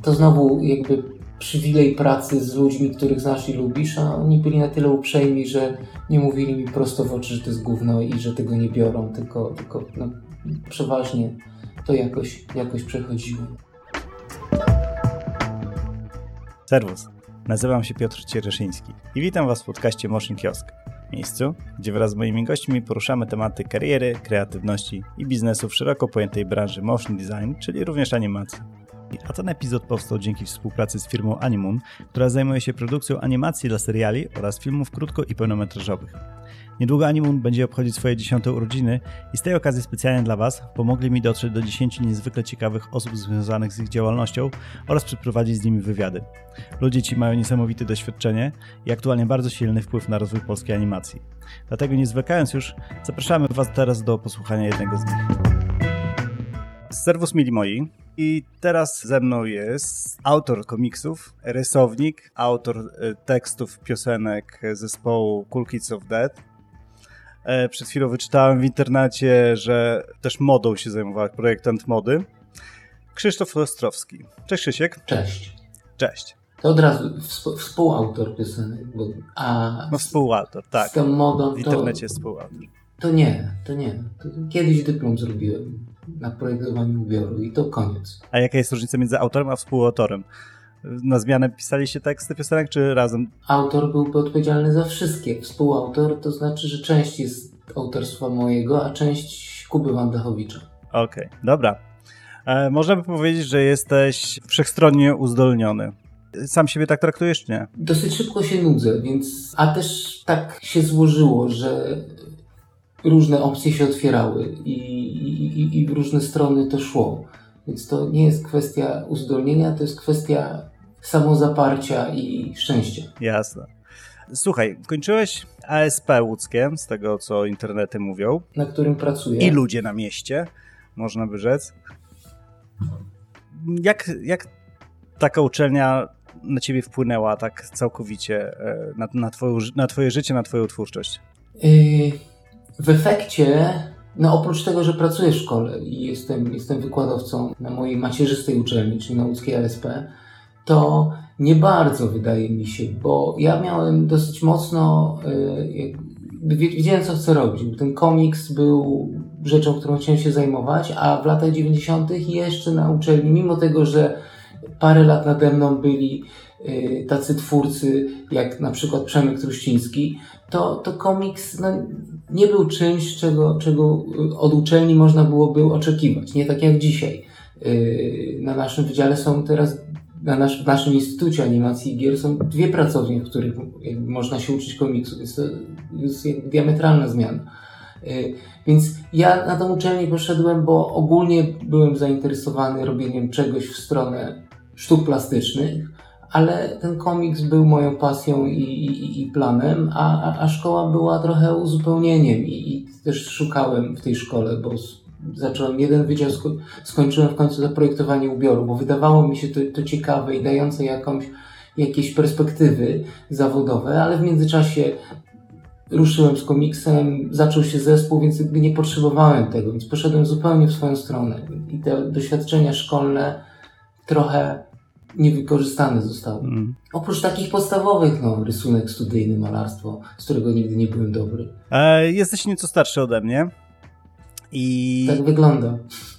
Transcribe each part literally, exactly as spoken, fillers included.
to znowu jakby przywilej pracy z ludźmi, których znasz i lubisz, a oni byli na tyle uprzejmi, że nie mówili mi prosto w oczy, że to jest gówno i że tego nie biorą, tylko, tylko no, przeważnie to jakoś, jakoś przechodziło. Serwus, nazywam się Piotr Ciereszyński i witam Was w podcaście Motion Kiosk, miejscu, gdzie wraz z moimi gośćmi poruszamy tematy kariery, kreatywności i biznesu w szeroko pojętej branży motion design, czyli również animacji. A ten epizod powstał dzięki współpracy z firmą Animoon, która zajmuje się produkcją animacji dla seriali oraz filmów krótko- i pełnometrażowych. Niedługo Animoon będzie obchodzić swoje dziesiąte urodziny i z tej okazji specjalnie dla Was pomogli mi dotrzeć do dziesięciu niezwykle ciekawych osób związanych z ich działalnością oraz przeprowadzić z nimi wywiady. Ludzie ci mają niesamowite doświadczenie i aktualnie bardzo silny wpływ na rozwój polskiej animacji. Dlatego nie zwlekając już, zapraszamy Was teraz do posłuchania jednego z nich. Serwus mili moi. I teraz ze mną jest autor komiksów, rysownik, autor tekstów piosenek zespołu Cool Kids of Death. Przed chwilą wyczytałem w internecie, że też modą się zajmowałeś, projektant mody. Krzysztof Ostrowski. Cześć Krzysiek. Cześć. Cześć. To od razu współ, współautor piosenek. Bo, a no współautor, tak. Z tą modą w internecie to, jest współautor. To nie, to nie. To kiedyś dyplom zrobiłem na projektowaniu ubioru i to koniec. A jaka jest różnica między autorem a współautorem? Na zmianę pisaliście teksty piosenek, czy razem? Autor byłby odpowiedzialny za wszystkie. Współautor to znaczy, że część jest autorstwa mojego, a część Kuby Wandachowicza. Okej, okay, dobra. E, można by powiedzieć, że jesteś wszechstronnie uzdolniony. Sam siebie tak traktujesz, czy nie? Dosyć szybko się nudzę, więc... A też tak się złożyło, że różne opcje się otwierały i, i, i w różne strony to szło. Więc to nie jest kwestia uzdolnienia, to jest kwestia samozaparcia i szczęścia. Jasne. Słuchaj, kończyłeś A S P łódzkie, z tego co internety mówią. Na którym pracuję. I ludzie na mieście, można by rzec. Jak, jak taka uczelnia na ciebie wpłynęła tak całkowicie na, na, twoją, na twoje życie, na twoją twórczość? Yy, w efekcie... No oprócz tego, że pracuję w szkole i jestem, jestem wykładowcą na mojej macierzystej uczelni, czyli na łódzkiej A S P, to nie bardzo wydaje mi się, bo ja miałem dosyć mocno, yy, wiedziałem co chcę robić. Ten komiks był rzeczą, którą chciałem się zajmować, a w latach dziewięćdziesiątych jeszcze na uczelni, mimo tego, że parę lat nade mną byli yy, tacy twórcy, jak na przykład Przemek Truściński, to, to komiks no, nie był czymś, czego, czego od uczelni można byłoby oczekiwać. Nie tak jak dzisiaj. Yy, na naszym wydziale są teraz, na nasz, w naszym Instytucie Animacji i Gier są dwie pracownie, w których można się uczyć komiksu. Więc to jest diametralna zmiana. Yy, więc ja na tą uczelnię poszedłem, bo ogólnie byłem zainteresowany robieniem czegoś w stronę sztuk plastycznych, ale ten komiks był moją pasją i, i, i planem, a, a, a szkoła była trochę uzupełnieniem i, i też szukałem w tej szkole, bo zacząłem jeden wydział, sko- skończyłem w końcu zaprojektowanie ubioru, bo wydawało mi się to, to ciekawe i dające jakąś, jakieś perspektywy zawodowe, ale w międzyczasie ruszyłem z komiksem, zaczął się zespół, więc jakby nie potrzebowałem tego, więc poszedłem zupełnie w swoją stronę i te doświadczenia szkolne trochę niewykorzystane zostały. Mm. Oprócz takich podstawowych, no, rysunek studyjny, malarstwo, z którego nigdy nie byłem dobry. E, jesteś nieco starszy ode mnie. I... Tak wygląda.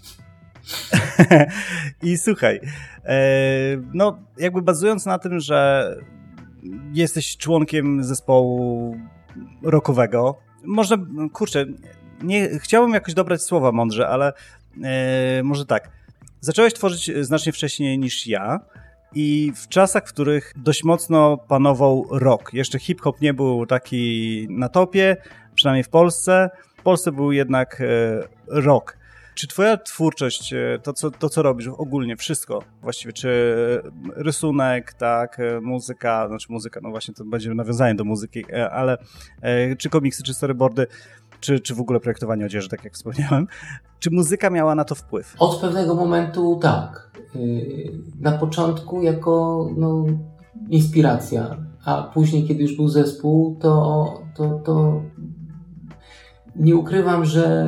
I słuchaj, e, no jakby bazując na tym, że jesteś członkiem zespołu rockowego, można, kurczę, nie chciałbym jakoś dobrać słowa mądrze, ale e, może tak. Zacząłeś tworzyć znacznie wcześniej niż ja i w czasach, w których dość mocno panował rock. Jeszcze hip-hop nie był taki na topie, przynajmniej w Polsce. W Polsce był jednak rock. Czy twoja twórczość, to co, to co robisz ogólnie, wszystko właściwie, czy rysunek, tak, muzyka, znaczy muzyka, no właśnie to będzie nawiązanie do muzyki, ale czy komiksy, czy storyboardy, Czy, czy w ogóle projektowanie odzieży, tak jak wspomniałem. Czy muzyka miała na to wpływ? Od pewnego momentu tak. Na początku jako no, inspiracja, a później, kiedy już był zespół, to, to, to nie ukrywam, że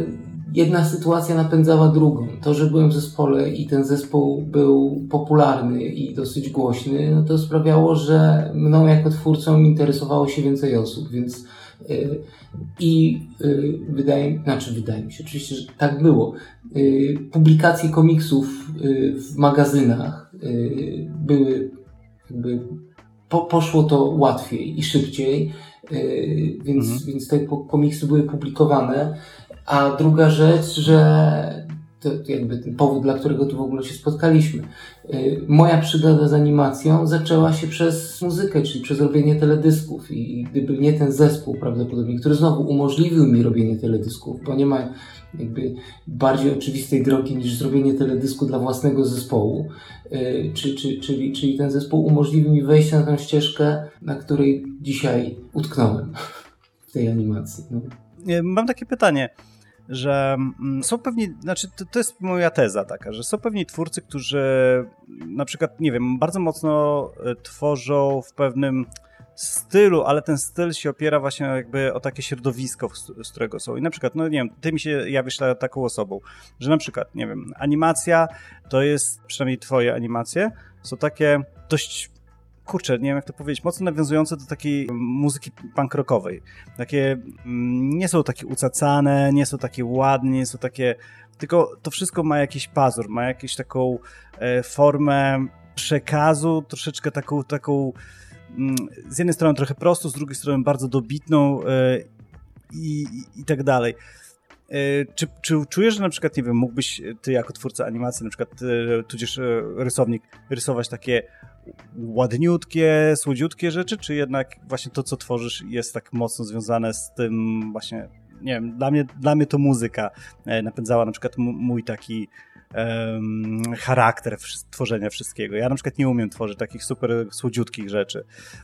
jedna sytuacja napędzała drugą. To, że byłem w zespole i ten zespół był popularny i dosyć głośny, no to sprawiało, że mną jako twórcą interesowało się więcej osób, więc yy, i yy, wydaje, znaczy wydaje mi się, oczywiście, że tak było. Yy, publikacje komiksów yy, w magazynach yy, były jakby po, poszło to łatwiej i szybciej, yy, więc, mhm. więc te komiksy były publikowane. A druga rzecz, że to jakby ten powód, dla którego tu w ogóle się spotkaliśmy. Yy, moja przygoda z animacją zaczęła się przez muzykę, czyli przez robienie teledysków i gdyby nie ten zespół prawdopodobnie, który znowu umożliwił mi robienie teledysków, bo nie ma jakby bardziej oczywistej drogi niż zrobienie teledysku dla własnego zespołu, yy, czy, czy, czyli, czyli ten zespół umożliwił mi wejście na tę ścieżkę, na której dzisiaj utknąłem w tej animacji. No. Mam takie pytanie, że są pewni, znaczy to, to jest moja teza taka, że są pewni twórcy, którzy na przykład, nie wiem, bardzo mocno tworzą w pewnym stylu, ale ten styl się opiera właśnie jakby o takie środowisko, z którego są. I na przykład, no nie wiem, ty mi się jawisz taką osobą, że na przykład, nie wiem, animacja to jest, przynajmniej twoje animacje, są takie dość, kurczę, nie wiem jak to powiedzieć, mocno nawiązujące do takiej muzyki punk rockowej. Takie, nie są takie ucacane, nie są takie ładne, nie są takie, tylko to wszystko ma jakiś pazur, ma jakąś taką e, formę przekazu, troszeczkę taką, taką z jednej strony trochę prostą, z drugiej strony bardzo dobitną e, i, i, i tak dalej. E, czy, czy czujesz, że na przykład, nie wiem, mógłbyś ty jako twórca animacji, na przykład e, tudzież e, rysownik, rysować takie ładniutkie, słodziutkie rzeczy, czy jednak właśnie to, co tworzysz, jest tak mocno związane z tym właśnie, nie wiem, dla mnie, dla mnie to muzyka e, napędzała na przykład m- mój taki um, charakter w, tworzenia wszystkiego. Ja na przykład nie umiem tworzyć takich super słodziutkich rzeczy.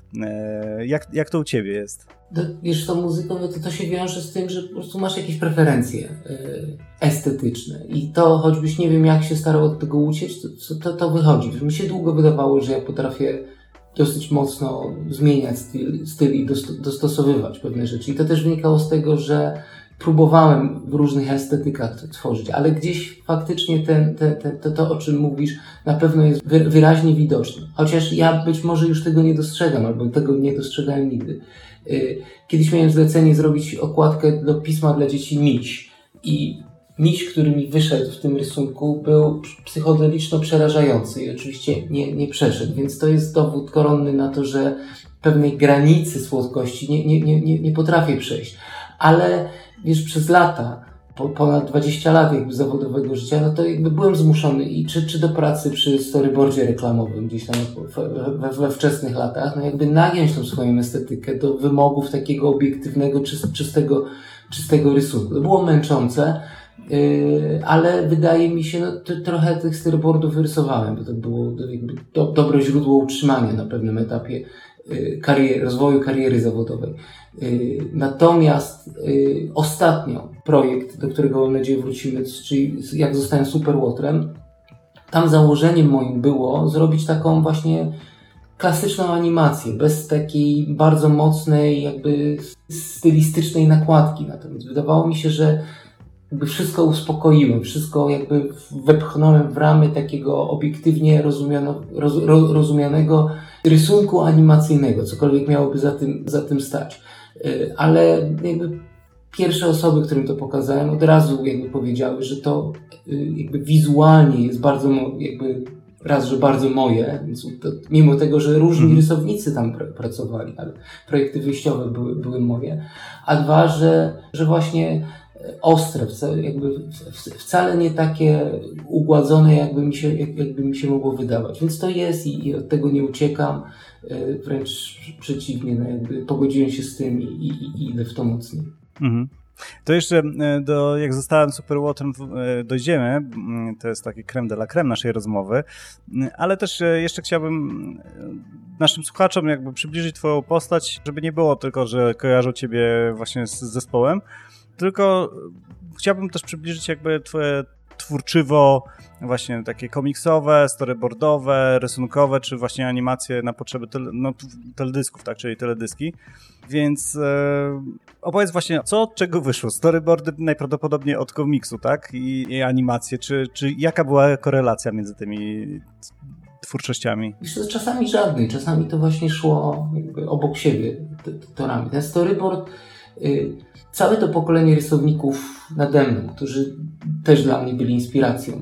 E, jak, jak to u ciebie jest? To, wiesz, to muzykowe to, to się wiąże z tym, że po prostu masz jakieś preferencje yy, estetyczne i to, choćbyś nie wiem jak się starał od tego uciec, to, to, to wychodzi. Mi się długo wydawało, że ja potrafię dosyć mocno zmieniać styl, styl i dost, dostosowywać pewne rzeczy. I to też wynikało z tego, że próbowałem w różnych estetykach to tworzyć, ale gdzieś faktycznie ten, ten, ten, to, to, o czym mówisz, na pewno jest wy, wyraźnie widoczne. Chociaż ja być może już tego nie dostrzegam, albo tego nie dostrzegałem nigdy. Kiedyś miałem zlecenie zrobić okładkę do pisma dla dzieci Miś. I Miś, który mi wyszedł w tym rysunku, był psychodeliczno przerażający i oczywiście nie, nie przeszedł, więc to jest dowód koronny na to, że pewnej granicy słodkości nie, nie, nie, nie, nie potrafię przejść. Ale wiesz, przez lata, po, ponad dwadzieścia lat jakby zawodowego życia, no to jakby byłem zmuszony i czy, czy do pracy przy storyboardzie reklamowym gdzieś tam we, we, we wczesnych latach, no jakby nagiąć tą swoją estetykę do wymogów takiego obiektywnego, czyst, czystego, czystego rysunku. To było męczące, yy, ale wydaje mi się, no to, trochę tych storyboardów wyrysowałem, bo to było jakby do, dobre źródło utrzymania na pewnym etapie kariery, rozwoju kariery zawodowej. Natomiast y, ostatnio projekt, do którego mam nadzieję wrócimy, czyli jak zostałem Superłotrem, tam założeniem moim było zrobić taką właśnie klasyczną animację, bez takiej bardzo mocnej jakby stylistycznej nakładki. Natomiast wydawało mi się, że jakby wszystko uspokoiłem, wszystko jakby wepchnąłem w ramy takiego obiektywnie rozumiano, roz, ro, rozumianego rysunku animacyjnego, cokolwiek miałoby za tym, za tym stać. Ale jakby pierwsze osoby, którym to pokazałem, od razu jakby powiedziały, że to jakby wizualnie jest bardzo jakby raz, że bardzo moje, więc to, mimo tego, że różni mm. rysownicy tam pr- pracowali, ale projekty wyjściowe były, były moje, a dwa, że, że właśnie ostre, jakby wcale nie takie ugładzone, jakby mi się, jakby mi się mogło wydawać. Więc to jest i, i od tego nie uciekam, wręcz przeciwnie, no jakby pogodziłem się z tym i, i, i idę w to mocniej. Mhm. To jeszcze, do, jak zostałem Superłotrem, dojdziemy, to jest taki creme de la creme naszej rozmowy, ale też jeszcze chciałbym naszym słuchaczom jakby przybliżyć twoją postać, żeby nie było tylko, że kojarzą ciebie właśnie z zespołem, tylko chciałbym też przybliżyć jakby twoje twórczywo właśnie takie komiksowe, storyboardowe, rysunkowe, czy właśnie animacje na potrzeby tele, no, teledysków, tak, czyli teledyski. Więc e, opowiedz właśnie, co od czego wyszło? Storyboardy najprawdopodobniej od komiksu, tak? I, i animacje. Czy, czy jaka była korelacja między tymi twórczościami? Myślę, że czasami żadnej. Czasami to właśnie szło jakby obok siebie torami. Ten storyboard, y, całe to pokolenie rysowników nade mną, którzy też dla mnie byli inspiracją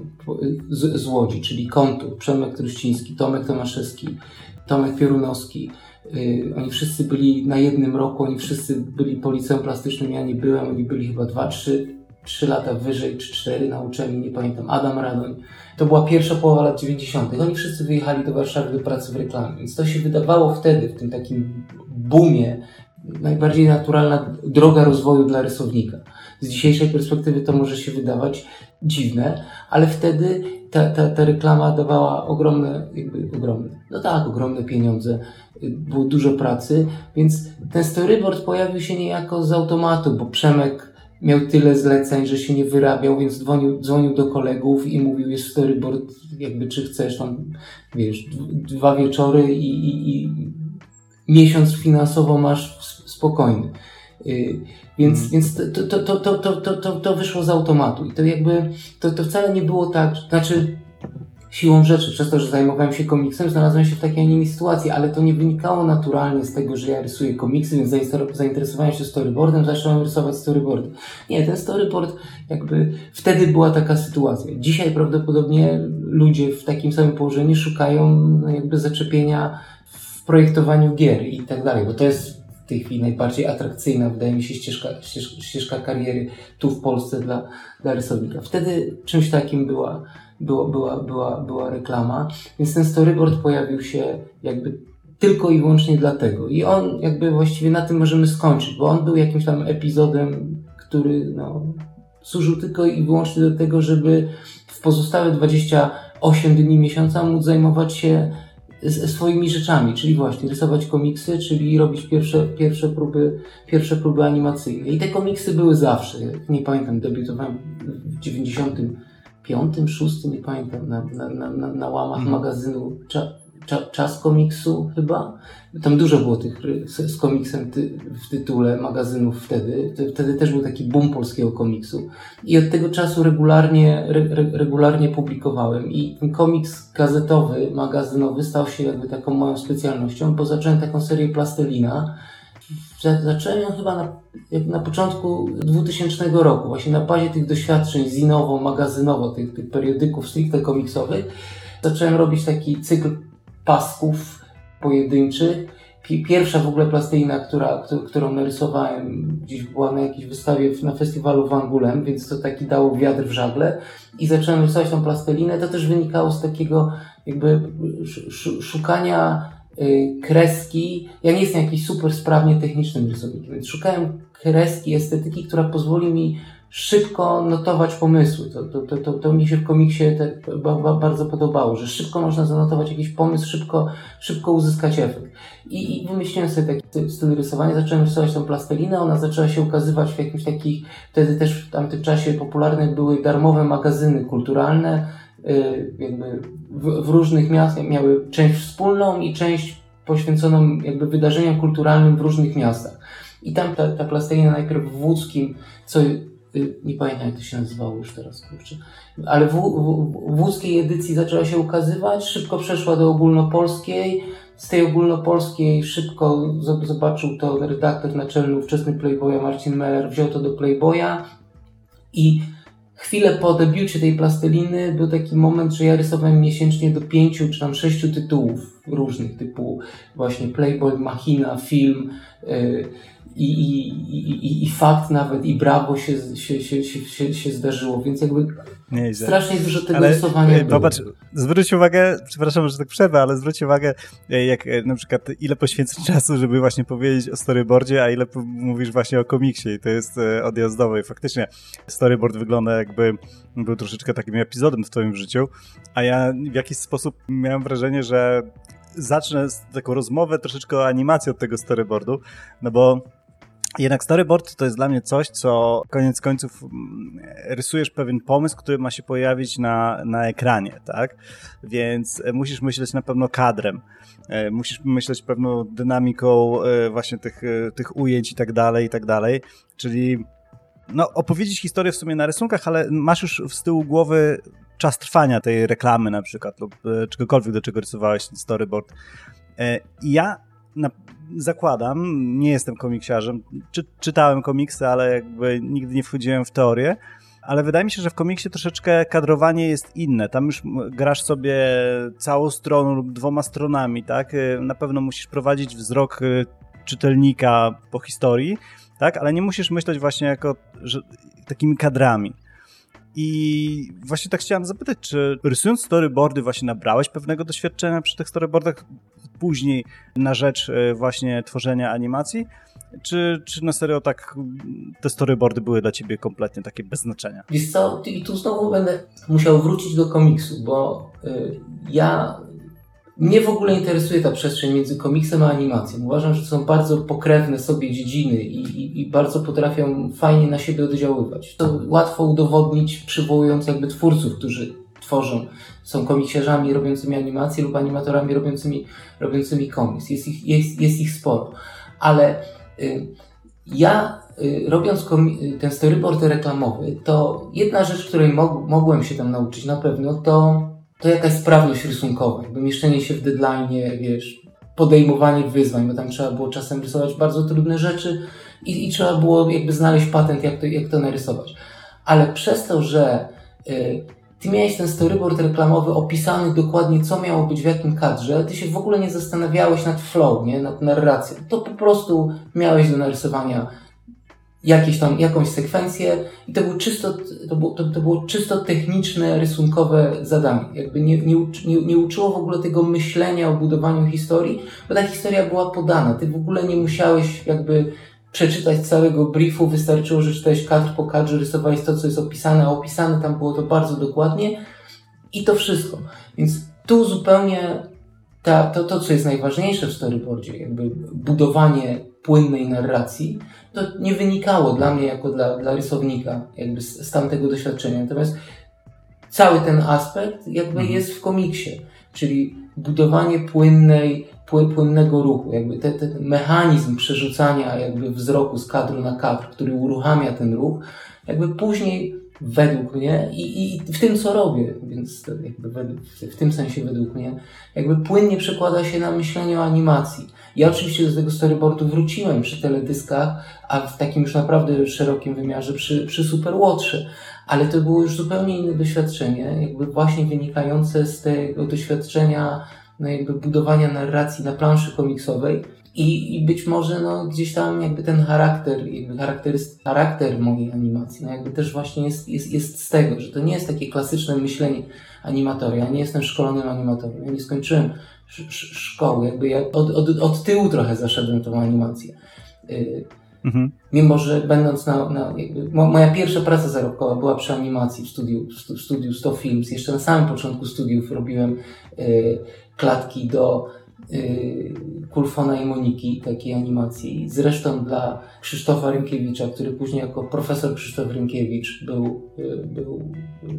z, z Łodzi, czyli Kontur, Przemek Truściński, Tomek Tomaszewski, Tomek Piorunowski. Yy, oni wszyscy byli na jednym roku, oni wszyscy byli po liceum plastycznym, ja nie byłem, oni byli chyba dwa, trzy, trzy lata wyżej, czy cztery na uczelni, nie pamiętam, Adam Radoń. To była pierwsza połowa lat dziewięćdziesiątych. Oni wszyscy wyjechali do Warszawy do pracy w reklamie, więc to się wydawało wtedy, w tym takim boomie, najbardziej naturalna droga rozwoju dla rysownika. Z dzisiejszej perspektywy to może się wydawać dziwne, ale wtedy ta, ta, ta reklama dawała ogromne, jakby ogromne, no tak, ogromne pieniądze, było dużo pracy, więc ten storyboard pojawił się niejako z automatu, bo Przemek miał tyle zleceń, że się nie wyrabiał, więc dzwonił, dzwonił do kolegów i mówił, jest storyboard, jakby czy chcesz tam, wiesz, dwa wieczory i, i, i miesiąc finansowo masz spokojny. Yy, więc mm. więc to, to, to, to, to, to, to, to wyszło z automatu i to jakby, to, to wcale nie było tak, znaczy siłą rzeczy, przez to, że zajmowałem się komiksem, znalazłem się w takiej, a nie innej sytuacji, ale to nie wynikało naturalnie z tego, że ja rysuję komiksy, więc zainteresowałem się storyboardem, zacząłem rysować storyboardy. Nie, ten storyboard jakby wtedy była taka sytuacja. Dzisiaj prawdopodobnie ludzie w takim samym położeniu szukają no, jakby zaczepienia w projektowaniu gier i tak dalej, bo to jest w tej chwili najbardziej atrakcyjna, wydaje mi się, ścieżka, ścieżka, ścieżka kariery tu w Polsce dla, dla rysownika. Wtedy czymś takim była, była, była, była, była reklama, więc ten storyboard pojawił się jakby tylko i wyłącznie dlatego. I on jakby właściwie na tym możemy skończyć, bo on był jakimś tam epizodem, który no, służył tylko i wyłącznie do tego, żeby w pozostałe dwadzieścia osiem dni miesiąca móc zajmować się swoimi rzeczami, czyli właśnie rysować komiksy, czyli robić pierwsze, pierwsze próby, pierwsze próby animacyjne. I te komiksy były zawsze. Nie pamiętam, debiutowałem w dziewięćdziesiątym piątym, szóstym, nie pamiętam, na, na, na, na łamach mm. magazynu Cza, Cza, Czas Komiksu chyba. Tam dużo było tych z, z komiksem ty, w tytule magazynów wtedy. Wtedy też był taki boom polskiego komiksu. I od tego czasu regularnie, re, regularnie publikowałem. I ten komiks gazetowy, magazynowy stał się jakby taką moją specjalnością, bo zacząłem taką serię Plastelina. Zacząłem ją chyba na, na początku dwutysięcznego roku, właśnie na bazie tych doświadczeń zinowo-magazynowo, tych, tych periodyków stricte komiksowych. Zacząłem robić taki cykl pasków pojedynczych. Pierwsza w ogóle plastelina, która, którą narysowałem, gdzieś była na jakiejś wystawie na festiwalu w Angulem, więc to taki dało wiatr w żagle. I zacząłem rysować tą plastelinę. To też wynikało z takiego jakby szukania y, kreski. Ja nie jestem jakiś super sprawnie technicznym rysownikiem, więc szukałem kreski, estetyki, która pozwoli mi szybko notować pomysły. To, to, to, to, to mi się w komiksie te, ba, ba, bardzo podobało, że szybko można zanotować jakiś pomysł, szybko, szybko uzyskać efekt. I, i wymyśliłem sobie taki styl rysowania, zacząłem rysować tą plastelinę, ona zaczęła się ukazywać w jakimś takich, wtedy też w tamtym czasie popularne były darmowe magazyny kulturalne, yy, jakby w, w różnych miastach miały część wspólną i część poświęconą jakby wydarzeniom kulturalnym w różnych miastach. I tam ta, ta plastelina najpierw w Łódzkim, co nie pamiętam jak to się nazywało już teraz, kurczę. Ale w, w, w łódzkiej edycji zaczęła się ukazywać, szybko przeszła do ogólnopolskiej. Z tej ogólnopolskiej szybko zobaczył to redaktor naczelny ówczesny Playboya Marcin Meller, wziął to do Playboya i chwilę po debiucie tej plasteliny był taki moment, że ja rysowałem miesięcznie do pięciu czy tam sześciu tytułów różnych, typu właśnie Playboy, Machina, film, yy, I, i, i, i fakt nawet, i brawo się, się, się, się, się zdarzyło, więc jakby nie, strasznie dużo tego ale, rysowania było. Popatrz, zwróć uwagę, przepraszam, że tak przerwę, ale zwróć uwagę, jak na przykład ile poświęcasz czasu, żeby właśnie powiedzieć o storyboardzie, a ile mówisz właśnie o komiksie i to jest odjazdowe i faktycznie storyboard wygląda jakby był troszeczkę takim epizodem w twoim życiu, a ja w jakiś sposób miałem wrażenie, że zacznę taką rozmowę troszeczkę o animacji od tego storyboardu, no bo Jednak storyboard to jest dla mnie coś, co koniec końców rysujesz pewien pomysł, który ma się pojawić na, na ekranie, tak? Więc musisz myśleć na pewno kadrem, musisz myśleć pewną dynamiką właśnie tych, tych ujęć i tak dalej, i tak dalej, czyli no, opowiedzieć historię w sumie na rysunkach, ale masz już z tyłu głowy czas trwania tej reklamy na przykład lub czegokolwiek, do czego rysowałeś ten storyboard. I ja na, zakładam, nie jestem komiksiarzem, czy, czytałem komiksy, ale jakby nigdy nie wchodziłem w teorię, ale wydaje mi się, że w komiksie troszeczkę kadrowanie jest inne. Tam już grasz sobie całą stroną lub dwoma stronami, tak? Na pewno musisz prowadzić wzrok czytelnika po historii, tak? Ale nie musisz myśleć właśnie jako że, takimi kadrami. I właśnie tak chciałem zapytać, czy rysując storyboardy właśnie nabrałeś pewnego doświadczenia przy tych storyboardach później na rzecz właśnie tworzenia animacji? Czy, czy na serio tak te storyboardy były dla ciebie kompletnie takie bez znaczenia? Wiesz co, i tu znowu będę musiał wrócić do komiksu, bo y, ja... Mnie w ogóle interesuje ta przestrzeń między komiksem a animacją. Uważam, że to są bardzo pokrewne sobie dziedziny i, i, i bardzo potrafią fajnie na siebie oddziaływać. To łatwo udowodnić, przywołując jakby twórców, którzy tworzą, są komiksiarzami robiącymi animacje lub animatorami robiącymi, robiącymi komiks. Jest ich, jest, jest ich sporo. Ale y, ja y, robiąc komi- ten storyboard reklamowy, to jedna rzecz, której mog- mogłem się tam nauczyć na pewno, to to jakaś sprawność rysunkowa, jakby mieszczenie się w deadline'ie, wiesz, podejmowanie wyzwań, bo tam trzeba było czasem rysować bardzo trudne rzeczy i, i trzeba było jakby znaleźć patent, jak to, jak to narysować. Ale przez to, że y, ty miałeś ten storyboard reklamowy opisany dokładnie, co miało być w jakim kadrze, ty się w ogóle nie zastanawiałeś nad flow, nie, nad narracją. To po prostu miałeś do narysowania jakieś tam, jakąś sekwencję i to było czysto, to było, to, to było czysto techniczne, rysunkowe zadanie. Jakby nie, nie, nie, nie uczyło w ogóle tego myślenia o budowaniu historii, bo ta historia była podana. Ty w ogóle nie musiałeś jakby przeczytać całego briefu, wystarczyło, że czytałeś kadr po kadrze, rysowałeś to, co jest opisane, a opisane tam było to bardzo dokładnie i to wszystko. Więc tu zupełnie ta, to, to, co jest najważniejsze w storyboardzie, jakby budowanie płynnej narracji, to nie wynikało dla mnie jako dla, dla rysownika jakby z, z tamtego doświadczenia. Natomiast cały ten aspekt jakby mhm. jest w komiksie, czyli budowanie płynnej, pły, płynnego ruchu, jakby te, ten mechanizm przerzucania jakby wzroku z kadru na kadr, który uruchamia ten ruch, jakby później według mnie i, i w tym, co robię, więc to jakby według, w tym sensie według mnie, jakby płynnie przekłada się na myślenie o animacji. Ja oczywiście do tego storyboardu wróciłem przy teledyskach, a w takim już naprawdę szerokim wymiarze przy, przy Superwatche, ale to było już zupełnie inne doświadczenie, jakby właśnie wynikające z tego doświadczenia no jakby budowania narracji na planszy komiksowej i, i być może no gdzieś tam jakby ten charakter, jakby charakteryst, charakter mojej animacji, no jakby też właśnie jest, jest, jest z tego, że to nie jest takie klasyczne myślenie animatora. Ja nie jestem szkolonym animatorem, ja nie skończyłem sz- sz- szkoły, jakby ja od, od, od tyłu trochę zaszedłem tą animację. Yy, mhm. Mimo, że będąc na, na jakby, moja pierwsza praca zarobkowa była przy animacji w studiu, w studiu sto Films. Jeszcze na samym początku studiów robiłem yy, klatki do yy, Kulfona i Moniki, takiej animacji. Zresztą dla Krzysztofa Rynkiewicza, który później jako profesor Krzysztof Rynkiewicz był, yy, był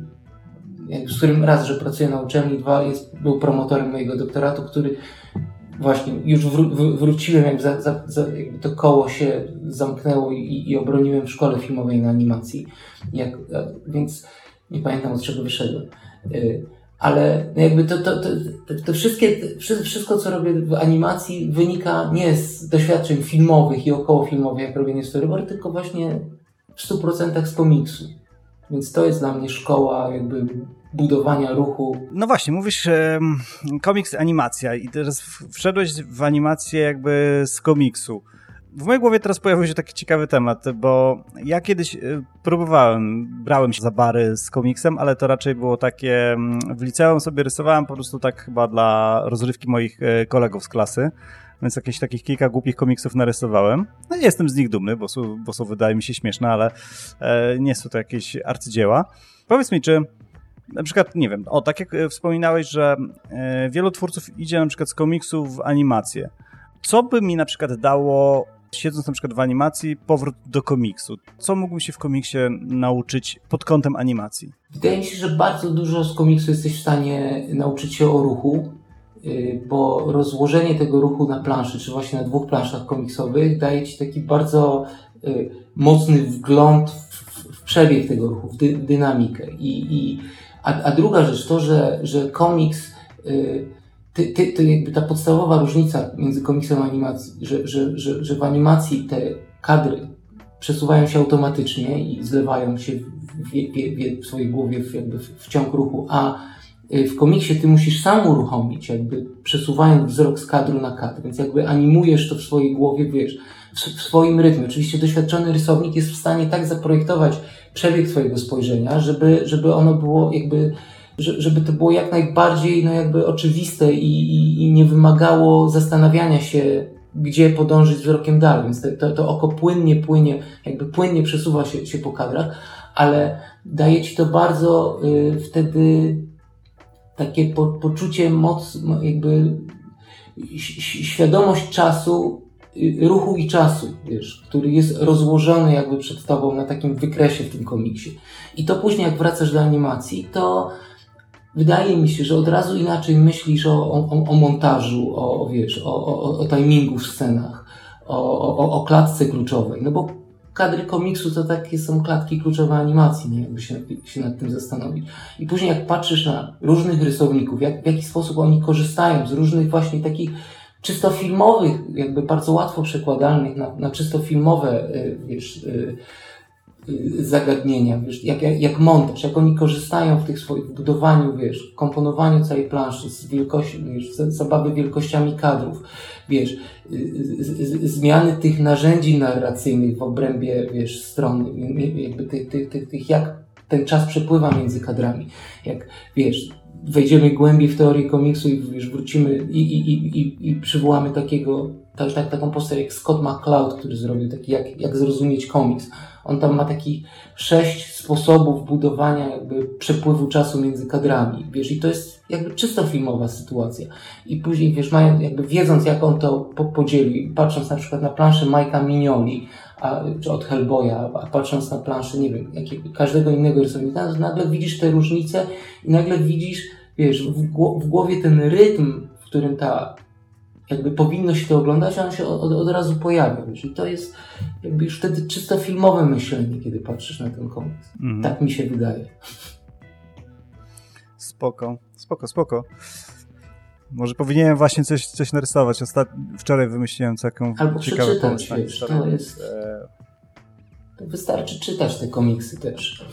yy, z którym raz, że pracuję na uczelni, dwa, jest, był promotorem mojego doktoratu, który właśnie już wró- wr- wróciłem, jak, za, za, za, jakby to koło się zamknęło i, i obroniłem w szkole filmowej na animacji. Jak, więc nie pamiętam, od czego wyszedłem. Yy, ale jakby to, to, to, to, to wszystkie, wszystko, co robię w animacji, wynika nie z doświadczeń filmowych i okołofilmowych, jak robienie storyboard, tylko właśnie w stu procentach z komiksu. Więc to jest dla mnie szkoła jakby budowania ruchu. No właśnie, mówisz e, komiks, animacja i teraz wszedłeś w animację jakby z komiksu. W mojej głowie teraz pojawił się taki ciekawy temat, bo ja kiedyś próbowałem, brałem się za bary z komiksem, ale to raczej było takie, w liceum sobie rysowałem po prostu tak chyba dla rozrywki moich kolegów z klasy, więc jakieś takich kilka głupich komiksów narysowałem. No nie jestem z nich dumny, bo są, bo są wydaje mi się śmieszne, ale e, nie są to jakieś arcydzieła. Powiedz mi, czy na przykład, nie wiem, o tak jak wspominałeś, że e, wielu twórców idzie na przykład z komiksu w animację. Co by mi na przykład dało siedząc na przykład w animacji, powrót do komiksu. Co mógłbym się w komiksie nauczyć pod kątem animacji? Wydaje mi się, że bardzo dużo z komiksu jesteś w stanie nauczyć się o ruchu, bo rozłożenie tego ruchu na planszy, czy właśnie na dwóch planszach komiksowych daje ci taki bardzo mocny wgląd w, w przebieg tego ruchu, w, dy, w dynamikę. I, i, a, a druga rzecz to, że, że komiks, ty, ty, to jakby ta podstawowa różnica między komiksem a animacją, że, że, że, że w animacji te kadry przesuwają się automatycznie i zlewają się w, w, w, w swojej głowie w, jakby w ciąg ruchu, a w komiksie ty musisz sam uruchomić, jakby przesuwając wzrok z kadru na kadr, więc jakby animujesz to w swojej głowie, wiesz, w, w swoim rytmie. Oczywiście doświadczony rysownik jest w stanie tak zaprojektować przebieg twojego spojrzenia, żeby, żeby ono było jakby, żeby to było jak najbardziej, no jakby oczywiste i, i, i nie wymagało zastanawiania się, gdzie podążyć wzrokiem dalej. Więc to, to oko płynnie, płynie, jakby płynnie przesuwa się, się po kadrach, ale daje ci to bardzo y, wtedy takie po, poczucie mocy, jakby świadomość czasu, ruchu i czasu, wiesz, który jest rozłożony jakby przed tobą na takim wykresie w tym komiksie. I to później jak wracasz do animacji, to wydaje mi się, że od razu inaczej myślisz o, o, o montażu, o, wiesz, o, o, o timingu w scenach, o, o, o klatce kluczowej, no bo kadry komiksu to takie są klatki kluczowe animacji, nie? Jakby się, się nad tym zastanowić. I później jak patrzysz na różnych rysowników, jak, w jaki sposób oni korzystają z różnych właśnie takich czysto filmowych, jakby bardzo łatwo przekładalnych na, na czysto filmowe, wiesz, zagadnienia, wiesz, jak, jak, jak montaż, jak oni korzystają w tych swoich w budowaniu, wiesz, komponowaniu całej planszy, z wielkości, wiesz, zabawy wielkościami kadrów, wiesz, z, z, zmiany tych narzędzi narracyjnych w obrębie, wiesz, strony, jakby tych, tych, tych, tych, jak ten czas przepływa między kadrami, jak, wiesz, wejdziemy głębiej w teorię komiksu i wiesz, wrócimy i, i, i, i, i przywołamy takiego, tak, tak, taką postać jak Scott McCloud, który zrobił taki, jak, jak zrozumieć komiks. On tam ma taki sześć sposobów budowania jakby przepływu czasu między kadrami, wiesz, i to jest jakby czysto filmowa sytuacja. I później, wiesz, mają, jakby wiedząc, jak on to po, podzielił, patrząc na przykład na planszę Mike'a Mignoli, a, czy od Hellboya, a patrząc na planszę, nie wiem, jakiego, każdego innego rysownika, nagle widzisz te różnice i nagle widzisz, wiesz, w, w głowie ten rytm, w którym ta jakby powinno się to oglądać, a on się od, od razu pojawia. Wiesz? I to jest jakby już wtedy czysto filmowe myślenie, kiedy patrzysz na ten komiks. Mm. Tak mi się wydaje. Spoko, spoko, spoko. Może powinienem właśnie coś, coś narysować. Ostat... Wczoraj wymyśliłem taką Albo ciekawą przeczytać, wiesz, to jest... To wystarczy czytać te komiksy też.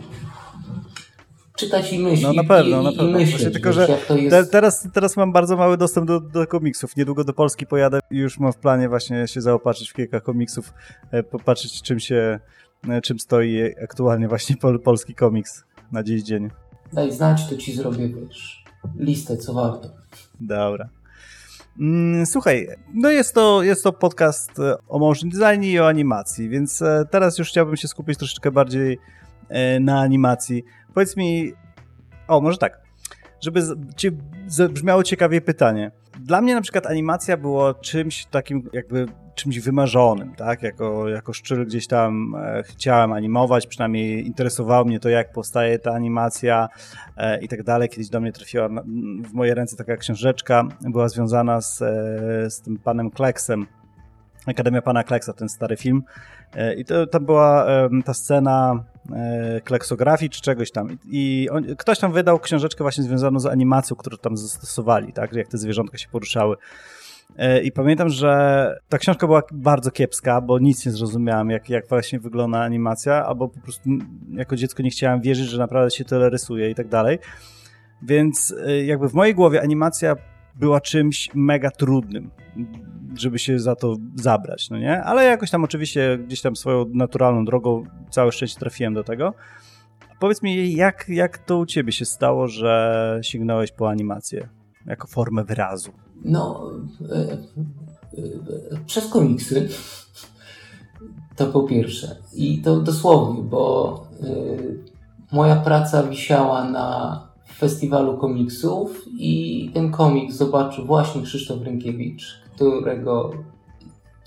Czytać i myśleć. No na pewno, i, na pewno. I myśleć, Właśnie tylko, wiesz, że to jest... te, teraz, teraz mam bardzo mały dostęp do, do komiksów. Niedługo do Polski pojadę i już mam w planie właśnie się zaopatrzyć w kilka komiksów, popatrzeć czym się, czym stoi aktualnie właśnie pol, polski komiks na dziś dzień. Daj znać, to ci zrobię, wiesz, listę, co warto. Dobra. Słuchaj, no jest to, jest to podcast o motion designie i o animacji, więc teraz już chciałbym się skupić troszeczkę bardziej na animacji. Powiedz mi, o może tak, żeby ci zabrzmiało ciekawie pytanie. Dla mnie na przykład animacja było czymś takim jakby czymś wymarzonym, tak? Jako, jako szczyl gdzieś tam e, chciałem animować, przynajmniej interesowało mnie to, jak powstaje ta animacja e, i tak dalej. Kiedyś do mnie trafiła na, w moje ręce taka książeczka, była związana z, e, z tym panem Kleksem, Akademia Pana Kleksa, ten stary film. E, I to, to była e, ta scena e, kleksografii czy czegoś tam. I on, ktoś tam wydał książeczkę właśnie związaną z animacją, którą tam zastosowali, tak? Jak te zwierzątka się poruszały. I pamiętam, że ta książka była bardzo kiepska, bo nic nie zrozumiałem, jak, jak właśnie wygląda animacja, albo po prostu jako dziecko nie chciałem wierzyć, że naprawdę się tyle rysuje i tak dalej. Więc jakby w mojej głowie animacja była czymś mega trudnym, żeby się za to zabrać, no nie? Ale jakoś tam oczywiście gdzieś tam swoją naturalną drogą całe szczęście trafiłem do tego. Powiedz mi, jak, jak to u ciebie się stało, że sięgnąłeś po animację jako formę wyrazu? No, e, e, przez komiksy, to po pierwsze. I to dosłownie, bo e, moja praca wisiała na festiwalu komiksów i ten komiks zobaczył właśnie Krzysztof Rynkiewicz, którego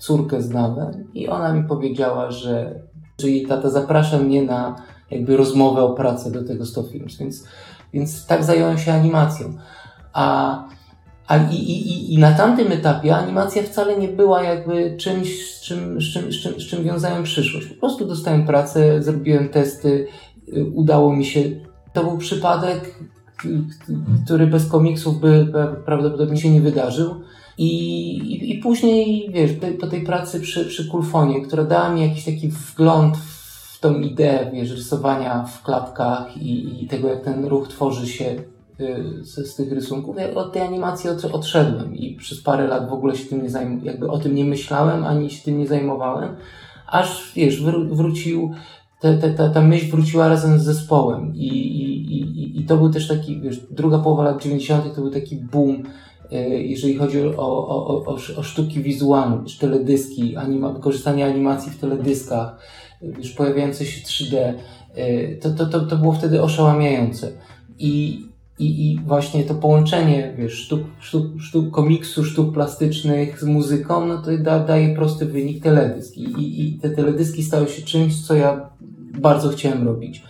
córkę znałem i ona mi powiedziała, że, że jej tata zaprasza mnie na jakby rozmowę o pracę do tego sto Films, więc, więc tak zająłem się animacją. A, a i, i, i na tamtym etapie animacja wcale nie była jakby czymś, z czym, z czym, z czym, z czym wiązałem przyszłość. Po prostu dostałem pracę, zrobiłem testy, udało mi się. To był przypadek, który bez komiksów by prawdopodobnie się nie wydarzył. I, i, i później, wiesz, po tej pracy przy, przy Kulfonie, która dała mi jakiś taki wgląd w tą ideę, wiesz, rysowania w klapkach i, i tego, jak ten ruch tworzy się y, z, z tych rysunków, ja od tej animacji od, odszedłem i przez parę lat w ogóle się tym nie zajmowałem, jakby o tym nie myślałem, ani się tym nie zajmowałem, aż, wiesz, wró- wrócił Ta, ta, ta myśl wróciła razem z zespołem i, i, i, i to był też taki, wiesz, druga połowa lat dziewięćdziesiątych to był taki boom, jeżeli chodzi o, o, o, o sztuki wizualne, wiesz, teledyski, anima, wykorzystanie animacji w teledyskach, wiesz, pojawiające się trzy D, to, to, to, to było wtedy oszałamiające. I, i, i właśnie to połączenie, wiesz, sztuk, sztuk, sztuk komiksu, sztuk plastycznych z muzyką, no to da, daje prosty wynik teledysk. I, i, I te teledyski stały się czymś, co ja bardzo chciałem robić.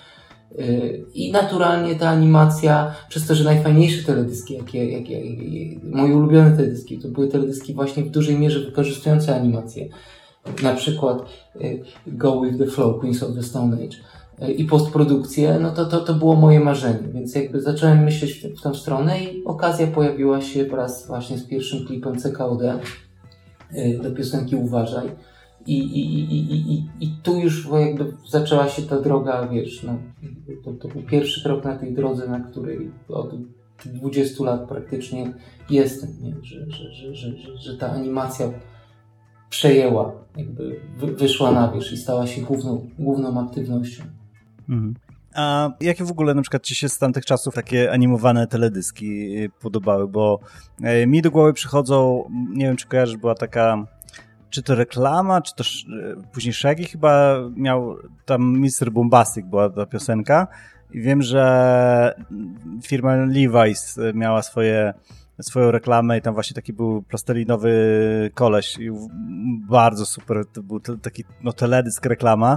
I naturalnie ta animacja, przez to, że najfajniejsze teledyski, jakie, jakie, jakie, moje ulubione teledyski, to były teledyski właśnie w dużej mierze wykorzystujące animację. Na przykład Go With The Flow, Queens of the Stone Age i postprodukcję, no to, to, to było moje marzenie, więc jakby zacząłem myśleć w, w tę stronę i okazja pojawiła się wraz właśnie z pierwszym klipem C K O D do piosenki Uważaj. I, i, i, i, i, i tu już jakby zaczęła się ta droga, wiesz, no, to, to był pierwszy krok na tej drodze, na której od dwudziestu lat praktycznie jestem, nie? Że, że, że, że, że, że ta animacja przejęła, jakby wy, wyszła na wierzch i stała się główną, główną aktywnością. Mhm. A jakie w ogóle na przykład ci się z tamtych czasów takie animowane teledyski podobały? Bo mi do głowy przychodzą, nie wiem czy kojarzysz, była taka, czy to reklama, czy to później Shaggy chyba miał, tam mister Bombastic była ta piosenka i wiem, że firma Levi's miała swoje, swoją reklamę i tam właśnie taki był plastelinowy koleś i bardzo super, to był taki no, teledysk reklama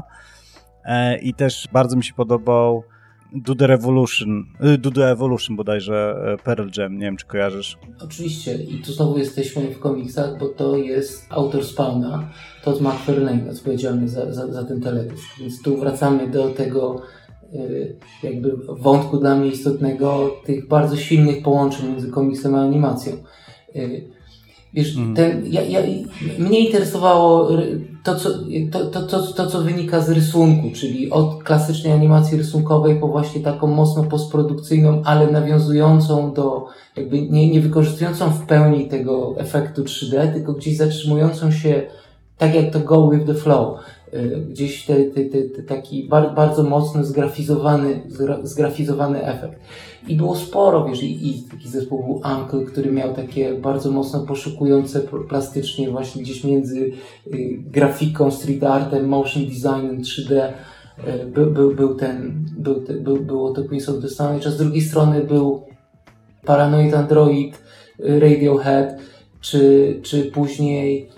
i też bardzo mi się podobał Do The Revolution, Do The Evolution bodajże Pearl Jam, nie wiem czy kojarzysz. Oczywiście i tu znowu jesteśmy w komiksach, bo to jest autor Spawna, Todd McFarlane odpowiedzialny za, za, za ten teledysk, więc tu wracamy do tego y, jakby wątku dla mnie istotnego, tych bardzo silnych połączeń między komiksem a animacją. Y, Wiesz, mm. ten, ja, ja, mnie interesowało to co, to, to, to, to, co wynika z rysunku, czyli od klasycznej animacji rysunkowej po właśnie taką mocno postprodukcyjną, ale nawiązującą do, jakby nie, nie wykorzystującą w pełni tego efektu trzy D, tylko gdzieś zatrzymującą się, tak jak to Go With The Flow. Gdzieś te, te, te, te taki bar, bardzo mocno zgrafizowany, zgra, zgrafizowany efekt. I było sporo, wiesz, i, i taki zespół był Uncle, który miał takie bardzo mocno poszukujące plastycznie właśnie gdzieś między y, grafiką, street artem, motion designem, trzy D. Y, był, był, był ten, był, te, był, było to Queens of the Stone Age, a z drugiej strony był Paranoid Android, y, Radiohead, czy, czy później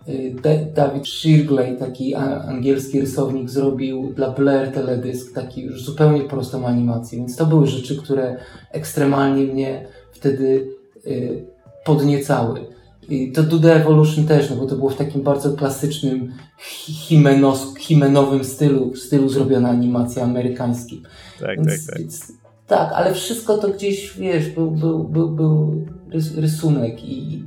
David Shirley, taki angielski rysownik, zrobił dla Blair teledysk, taki już zupełnie prostą animację, więc to były rzeczy, które ekstremalnie mnie wtedy y, podniecały. I to Do The Evolution też, no bo to było w takim bardzo klasycznym himenos, himenowym stylu, stylu zrobiona animacja amerykański. Tak, więc, tak, tak. Więc, tak, ale wszystko to gdzieś, wiesz, był, był, był, był rys, rysunek i,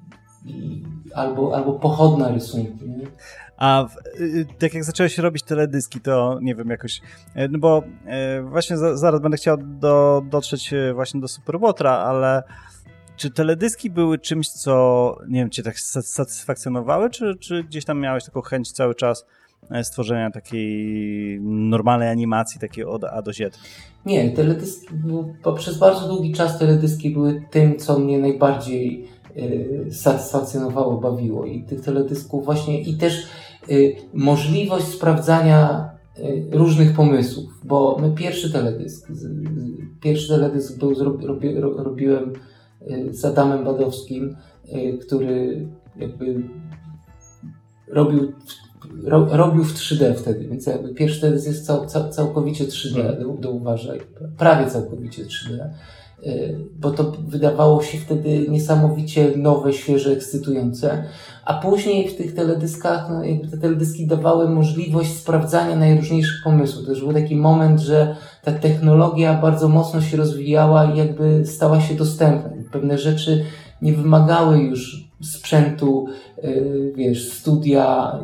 i Albo, albo pochodna rysunku. Nie? A tak jak zacząłeś robić teledyski, to nie wiem, jakoś, no bo właśnie za, zaraz będę chciał do, dotrzeć właśnie do Superłotra, ale czy teledyski były czymś, co, nie wiem, cię tak satysfakcjonowały, czy, czy gdzieś tam miałeś taką chęć cały czas stworzenia takiej normalnej animacji, takiej od A do Z? Nie, teledyski, bo przez bardzo długi czas teledyski były tym, co mnie najbardziej satysfakcjonowało, bawiło i tych teledysków właśnie i też y, możliwość sprawdzania y, różnych pomysłów, bo my pierwszy teledysk, z, z, pierwszy teledysk był, zrobi, ro, robiłem y, z Adamem Badowskim, y, który jakby robił, ro, robił w trzy D wtedy, więc jakby pierwszy teledysk jest cał, cał, całkowicie trzy D, do, do uważaj, prawie całkowicie trzy D. Bo to wydawało się wtedy niesamowicie nowe, świeże, ekscytujące, a później w tych teledyskach, no jakby te teledyski dawały możliwość sprawdzania najróżniejszych pomysłów. To już był taki moment, że ta technologia bardzo mocno się rozwijała i jakby stała się dostępna. Pewne rzeczy nie wymagały już sprzętu, yy, wiesz, studia,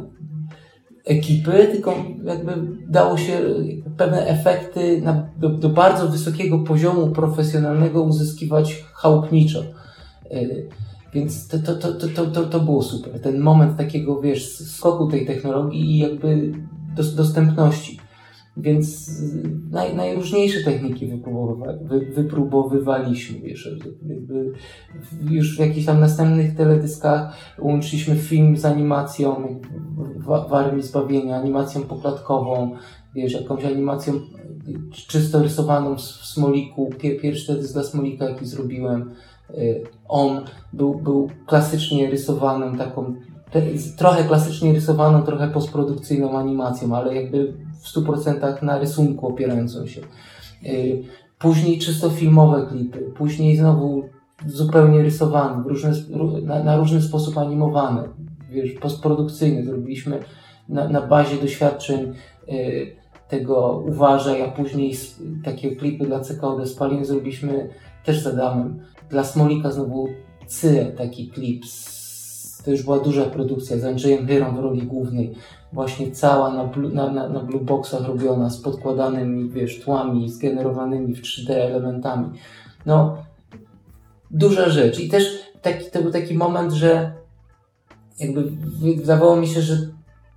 ekipy, tylko jakby dało się pewne efekty na, do, do bardzo wysokiego poziomu profesjonalnego uzyskiwać chałupniczo. Yy, więc to, to, to, to, to, to było super. Ten moment takiego, wiesz, skoku tej technologii i jakby dos, dostępności. Więc naj, najróżniejsze techniki wypróbowa, wy, wypróbowywaliśmy, wiesz, jakby już w jakichś tam następnych teledyskach łączyliśmy film z animacją w, w Armii Zbawienia, animacją poklatkową, wiesz, jakąś animacją czysto rysowaną w Smoliku. Pierwszy teledysk dla Smolika, jaki zrobiłem, on był, był klasycznie rysowaną taką, te, trochę klasycznie rysowaną, trochę postprodukcyjną animacją, ale jakby w stu procentach na rysunku opierającą się. Później czysto filmowe klipy, później znowu zupełnie rysowane, w różne, na, na różny sposób animowane, wiesz, postprodukcyjne. Zrobiliśmy na, na bazie doświadczeń tego Uważaj, a później takie klipy dla C K O D Spalin zrobiliśmy też z Adamem. Dla Smolika znowu Cy, taki klip, z, to już była duża produkcja z Andrzejem Hyrą w roli głównej, właśnie cała na, na, na, na blue boxach robiona, z podkładanymi, wiesz, tłami, zgenerowanymi w trzy D elementami. No, duża rzecz. I też taki, to był taki moment, że jakby wydawało mi się, że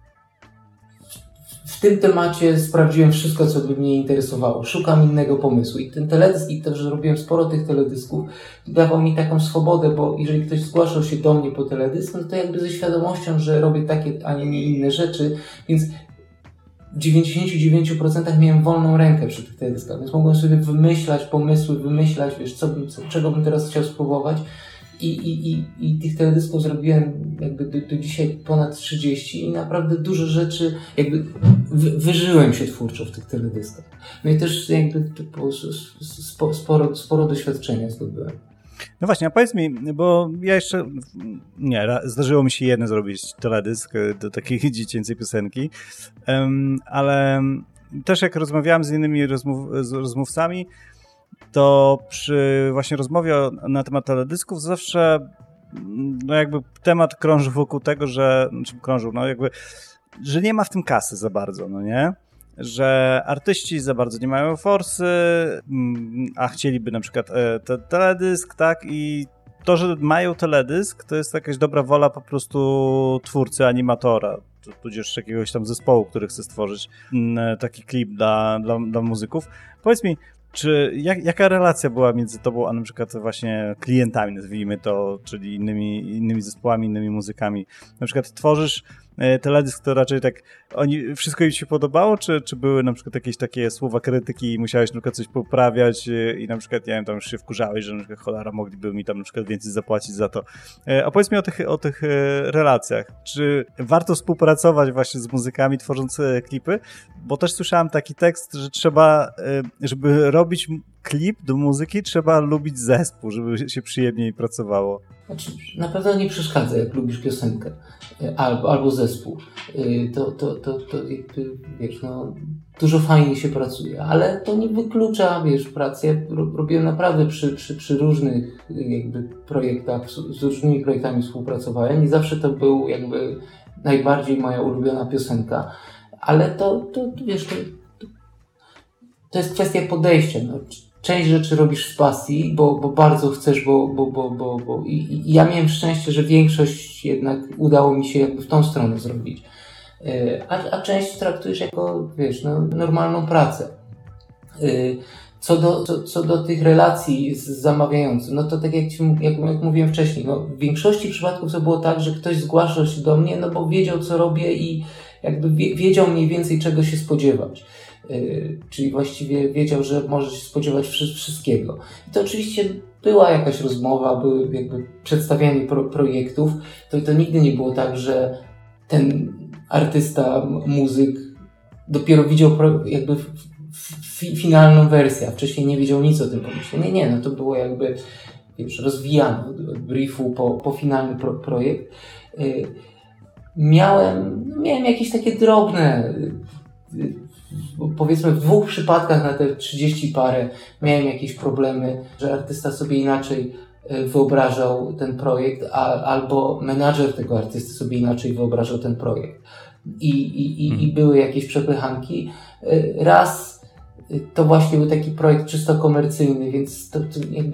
w tym temacie sprawdziłem wszystko, co by mnie interesowało. Szukam innego pomysłu. I ten teledysk, i to, że robiłem sporo tych teledysków, dawał mi taką swobodę, bo jeżeli ktoś zgłaszał się do mnie po teledysk, no to jakby ze świadomością, że robię takie, a nie inne rzeczy, więc w dziewięćdziesięciu dziewięciu procentach miałem wolną rękę przy tych teledyskach, więc mogłem sobie wymyślać pomysły, wymyślać, wiesz, co bym, co, czego bym teraz chciał spróbować. I, i, i, i tych teledysków zrobiłem jakby do, do dzisiaj ponad trzydzieści i naprawdę dużo rzeczy, jakby wy, wyżyłem się twórczo w tych teledyskach. No i też jakby typu, spo, sporo, sporo doświadczenia zdobyłem. No właśnie, a powiedz mi, bo ja jeszcze, nie, zdarzyło mi się jedno zrobić teledysk do takiej dziecięcej piosenki, um, ale też jak rozmawiałem z innymi rozmów, z rozmówcami, to przy właśnie rozmowie na temat teledysków zawsze no jakby temat krążył wokół tego, że, znaczy krążył, no jakby, że nie ma w tym kasy za bardzo, no nie? Że artyści za bardzo nie mają forsy, a chcieliby na przykład te, teledysk, tak? I to, że mają teledysk, to jest jakaś dobra wola po prostu twórcy, animatora, tudzież jakiegoś tam zespołu, który chce stworzyć taki klip dla, dla, dla muzyków. Powiedz mi, czy jak, jaka relacja była między tobą a na przykład właśnie klientami, nazwijmy to, czyli innymi, innymi zespołami, innymi muzykami? Na przykład tworzysz teledysk, to raczej tak, oni, wszystko im się podobało, czy, czy były na przykład jakieś takie słowa krytyki i musiałeś na przykład coś poprawiać i na przykład, nie wiem, tam już się wkurzałeś, że na przykład cholera, mogliby mi tam na przykład więcej zapłacić za to. A powiedz mi o tych, o tych relacjach. Czy warto współpracować właśnie z muzykami, tworząc klipy? Bo też słyszałem taki tekst, że trzeba, żeby robić klip do muzyki, trzeba lubić zespół, żeby się przyjemniej pracowało. Znaczy, na pewno nie przeszkadza, jak lubisz piosenkę albo, albo zespół. To, to, to, to jakby, wiesz, no, dużo fajnie się pracuje, ale to nie wyklucza, wiesz, pracy. Ja robiłem naprawdę przy, przy, przy różnych jakby projektach, z różnymi projektami współpracowałem i zawsze to był jakby najbardziej moja ulubiona piosenka, ale to, to wiesz, to, to jest kwestia podejścia. No. Część rzeczy robisz z pasji, bo, bo bardzo chcesz, bo, bo, bo, bo, bo i, i ja miałem szczęście, że większość jednak udało mi się jakby w tą stronę zrobić. A, a część traktujesz jako, wiesz, no, normalną pracę. Co do, co, co do tych relacji z zamawiającym, no to tak jak, ci, jak, jak mówiłem wcześniej, no w większości przypadków to było tak, że ktoś zgłaszał się do mnie, no bo wiedział, co robię i jakby wie, wiedział mniej więcej, czego się spodziewać. Yy, czyli właściwie wiedział, że może się spodziewać wszystkiego. I to oczywiście była jakaś rozmowa, były jakby przedstawianie pro, projektów. To, to nigdy nie było tak, że ten artysta, muzyk dopiero widział jakby finalną wersję, a wcześniej nie wiedział nic o tym pomyśle. Nie, nie, no to było jakby wiesz, rozwijane od briefu po, po finalny pro, projekt. Yy, miałem, miałem jakieś takie drobne, yy, powiedzmy w dwóch przypadkach na te trzydzieści parę miałem jakieś problemy, że artysta sobie inaczej wyobrażał ten projekt, a, albo menadżer tego artysty sobie inaczej wyobrażał ten projekt. I, i, i, hmm. i były jakieś przepychanki. Raz to właśnie był taki projekt czysto komercyjny, więc to, to jakby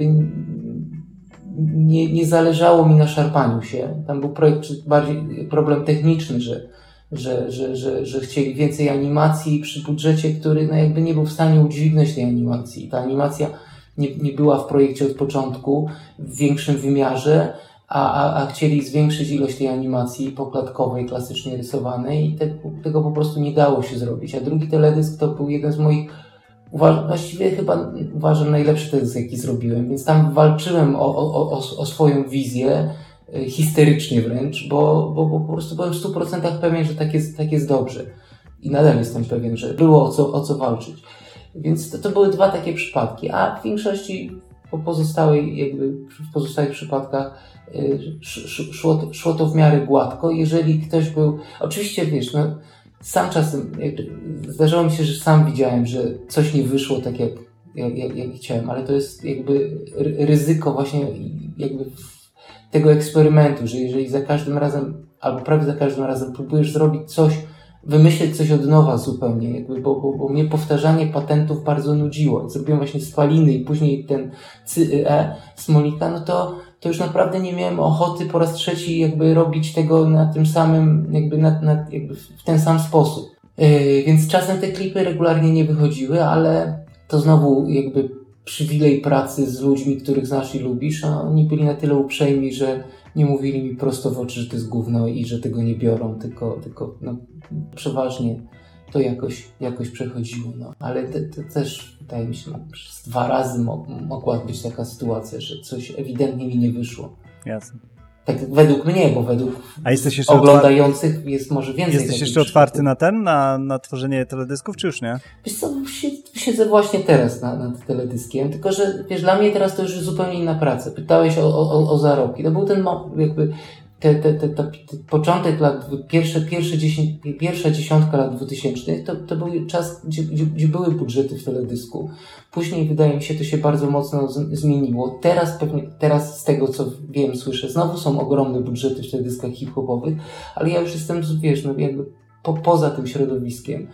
nie, nie zależało mi na szarpaniu się. Tam był projekt bardziej problem techniczny, że, że, że, że, że chcieli więcej animacji przy budżecie, który no jakby nie był w stanie udźwignąć tej animacji. Ta animacja nie, nie była w projekcie od początku w większym wymiarze, a, a, a chcieli zwiększyć ilość tej animacji poklatkowej, klasycznie rysowanej i te, tego po prostu nie dało się zrobić. A drugi teledysk to był jeden z moich, uważ, właściwie chyba uważam najlepszy teledysk, jaki zrobiłem, więc tam walczyłem o, o, o, o swoją wizję, histerycznie wręcz, bo, bo, bo po prostu byłem w stu procentach pewien, że tak jest, tak jest dobrze. I nadal jestem pewien, że było o co, o co walczyć. Więc to, to były dwa takie przypadki, a w większości po pozostałej, jakby w pozostałych przypadkach yy, sz, szło, to, szło to w miarę gładko. Jeżeli ktoś był, oczywiście wiesz, no, sam czasem, jakby, zdarzało mi się, że sam widziałem, że coś nie wyszło tak jak, jak, jak, jak chciałem, ale to jest jakby ryzyko właśnie jakby tego eksperymentu, że jeżeli za każdym razem, albo prawie za każdym razem próbujesz zrobić coś, wymyśleć coś od nowa zupełnie, jakby, bo, bo, bo mnie powtarzanie patentów bardzo nudziło. Jak zrobiłem właśnie spaliny i później ten C Y E Smolika, no to, to już naprawdę nie miałem ochoty po raz trzeci jakby robić tego na tym samym, jakby, na, na, jakby w ten sam sposób. Yy, więc czasem te klipy regularnie nie wychodziły, ale to znowu jakby przywilej pracy z ludźmi, których znasz i lubisz, a oni byli na tyle uprzejmi, że nie mówili mi prosto w oczy, że to jest gówno i że tego nie biorą, tylko, tylko no, przeważnie to jakoś, jakoś przechodziło. No. Ale to, to też, wydaje mi się, no, przez dwa razy mo- mogła być taka sytuacja, że coś ewidentnie mi nie wyszło. Jasne. Tak według mnie, bo według A jesteś jeszcze oglądających otwarty? Jest może więcej. Jesteś jeszcze otwarty na ten, na, na tworzenie teledysków, czy już nie? Wiesz co, siedzę właśnie teraz nad, nad teledyskiem, tylko że wiesz, dla mnie teraz to już jest zupełnie inna praca. Pytałeś o, o, o zarobki. To był ten jakby te, te, te, te, te początek lat, pierwsze, pierwsze dziesięć, pierwsza dziesiątka lat dwutysięcznych, to, to był czas, gdzie, gdzie, gdzie były budżety w teledysku. Później, wydaje mi się, to się bardzo mocno z, zmieniło. Teraz pewnie, teraz z tego, co wiem, słyszę, znowu są ogromne budżety w teledyskach hip-hopowych, ale ja już jestem, wiesz, no jakby po, poza tym środowiskiem.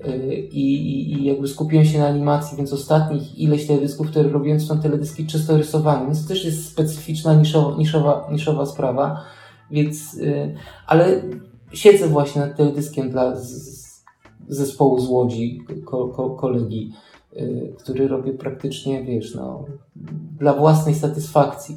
I, i, i jakby skupiłem się na animacji, więc ostatnich ileś teledysków, które robiłem, są teledyski czysto rysowane, więc to też jest specyficzna, niszowa, niszowa, niszowa sprawa. Więc, yy, ale siedzę właśnie nad teledyskiem dla z, z zespołu z Łodzi, ko, ko, kolegi, yy, który robię praktycznie, wiesz, no, dla własnej satysfakcji,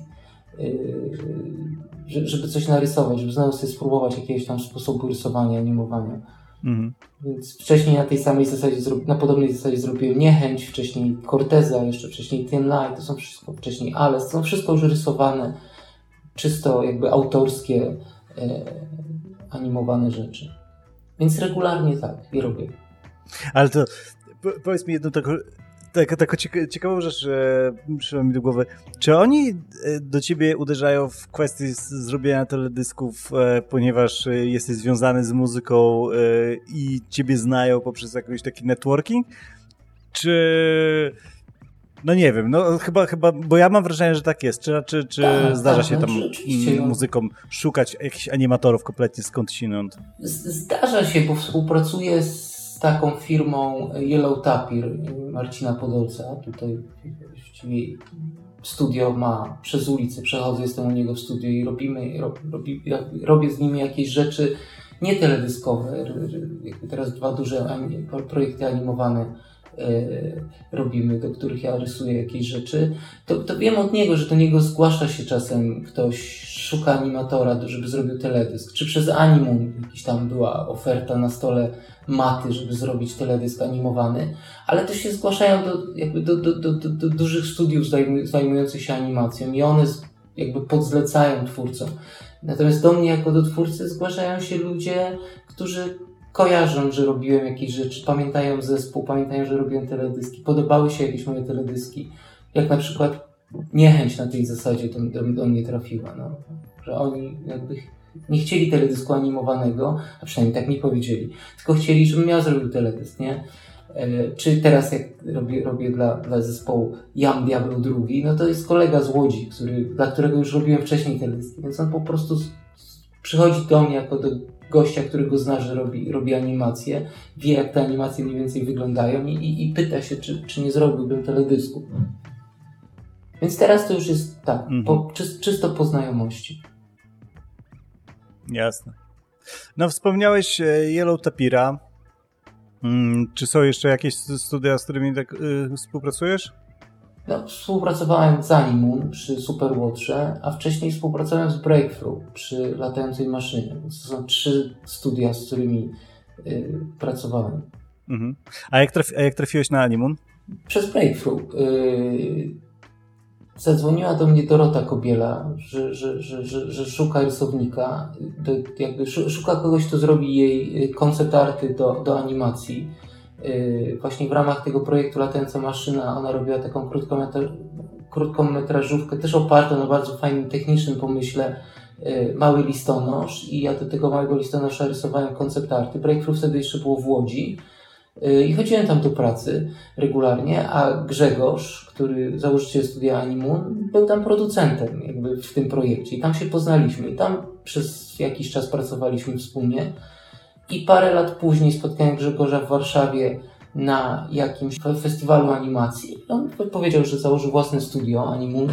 yy, żeby coś narysować, żeby znowu sobie spróbować jakiegoś tam sposobu rysowania, animowania. Mhm. Więc wcześniej na tej samej zasadzie, na podobnej zasadzie zrobiłem Niechęć, wcześniej Corteza, jeszcze wcześniej Thin Light, to są wszystko, wcześniej Ales, to są wszystko już rysowane, czysto jakby autorskie, e, animowane rzeczy. Więc regularnie tak je robię. Ale to po, powiedz mi jedną taką, tak, taką cieka- ciekawą rzecz e, przyszła mi do głowy. Czy oni do ciebie uderzają w kwestii zrobienia teledysków, e, ponieważ jesteś związany z muzyką e, i ciebie znają poprzez jakiś taki networking? Czy... No nie wiem, no chyba, chyba, bo ja mam wrażenie, że tak jest. Czy, czy, czy tak, zdarza tak, się tam no, muzykom szukać jakichś animatorów kompletnie skądinąd? Zdarza się, bo współpracuję z taką firmą Yellow Tapir Marcina Podolca. Tutaj właściwie studio ma przez ulicę, przechodzę, jestem u niego w studiu i robimy, rob, robi, robię z nimi jakieś rzeczy nie teledyskowe. Jakby teraz dwa duże projekty animowane robimy, do których ja rysuję jakieś rzeczy, to, to wiem od niego, że do niego zgłasza się czasem ktoś, szuka animatora, żeby zrobił teledysk. Czy przez Animum jakaś tam była oferta na stole Maty, żeby zrobić teledysk animowany, ale to się zgłaszają do, jakby do, do, do, do, do dużych studiów zajmujących się animacją i one jakby podzlecają twórcom. Natomiast do mnie jako do twórcy zgłaszają się ludzie, którzy kojarzą, że robiłem jakieś rzeczy, pamiętają zespół, pamiętają, że robiłem teledyski, podobały się jakieś moje teledyski. Jak na przykład Niechęć na tej zasadzie do, do, do mnie trafiła, no. Że oni jakby nie chcieli teledysku animowanego, a przynajmniej tak mi powiedzieli, tylko chcieli, żebym ja zrobił teledysk, nie? E, czy teraz jak robię, robię dla, dla zespołu Jam Diabeł drugi, no to jest kolega z Łodzi, który, dla którego już robiłem wcześniej teledyski, więc on po prostu z, z, przychodzi do mnie jako do gościa, którego zna, że robi, robi animacje, wie jak te animacje mniej więcej wyglądają i, i, i pyta się, czy, czy nie zrobiłbym teledysku. Więc teraz to już jest tak, mhm. po, czy, czysto po znajomości. Jasne. No wspomniałeś Yellow Tapira. Hmm, czy są jeszcze jakieś studia, z którymi tak yy, współpracujesz? No, współpracowałem z Animun przy Superwatche, a wcześniej współpracowałem z Breakthrough przy Latającej Maszynie. Więc to są trzy studia, z którymi yy, pracowałem. Mhm. A, jak trafi- a jak trafiłeś na Animun? Przez Breakthrough. Yy, Zadzwoniła do mnie Dorota Kobiela, że, że, że, że, że szuka rysownika, do, jakby szuka kogoś, kto zrobi jej koncept arty do, do animacji. Yy, właśnie w ramach tego projektu Latająca Maszyna ona robiła taką krótkometra- krótkometrażówkę, też opartą na bardzo fajnym technicznym pomyśle, yy, Mały listonosz, i ja do tego Małego listonosza rysowałem koncept arty. Breakthrough wtedy jeszcze było w Łodzi. I chodziłem tam do pracy regularnie, a Grzegorz, który założyciel studia Animun, był tam producentem jakby w tym projekcie i tam się poznaliśmy i tam przez jakiś czas pracowaliśmy wspólnie i parę lat później spotkałem Grzegorza w Warszawie na jakimś festiwalu animacji. On powiedział, że założył własne studio Animun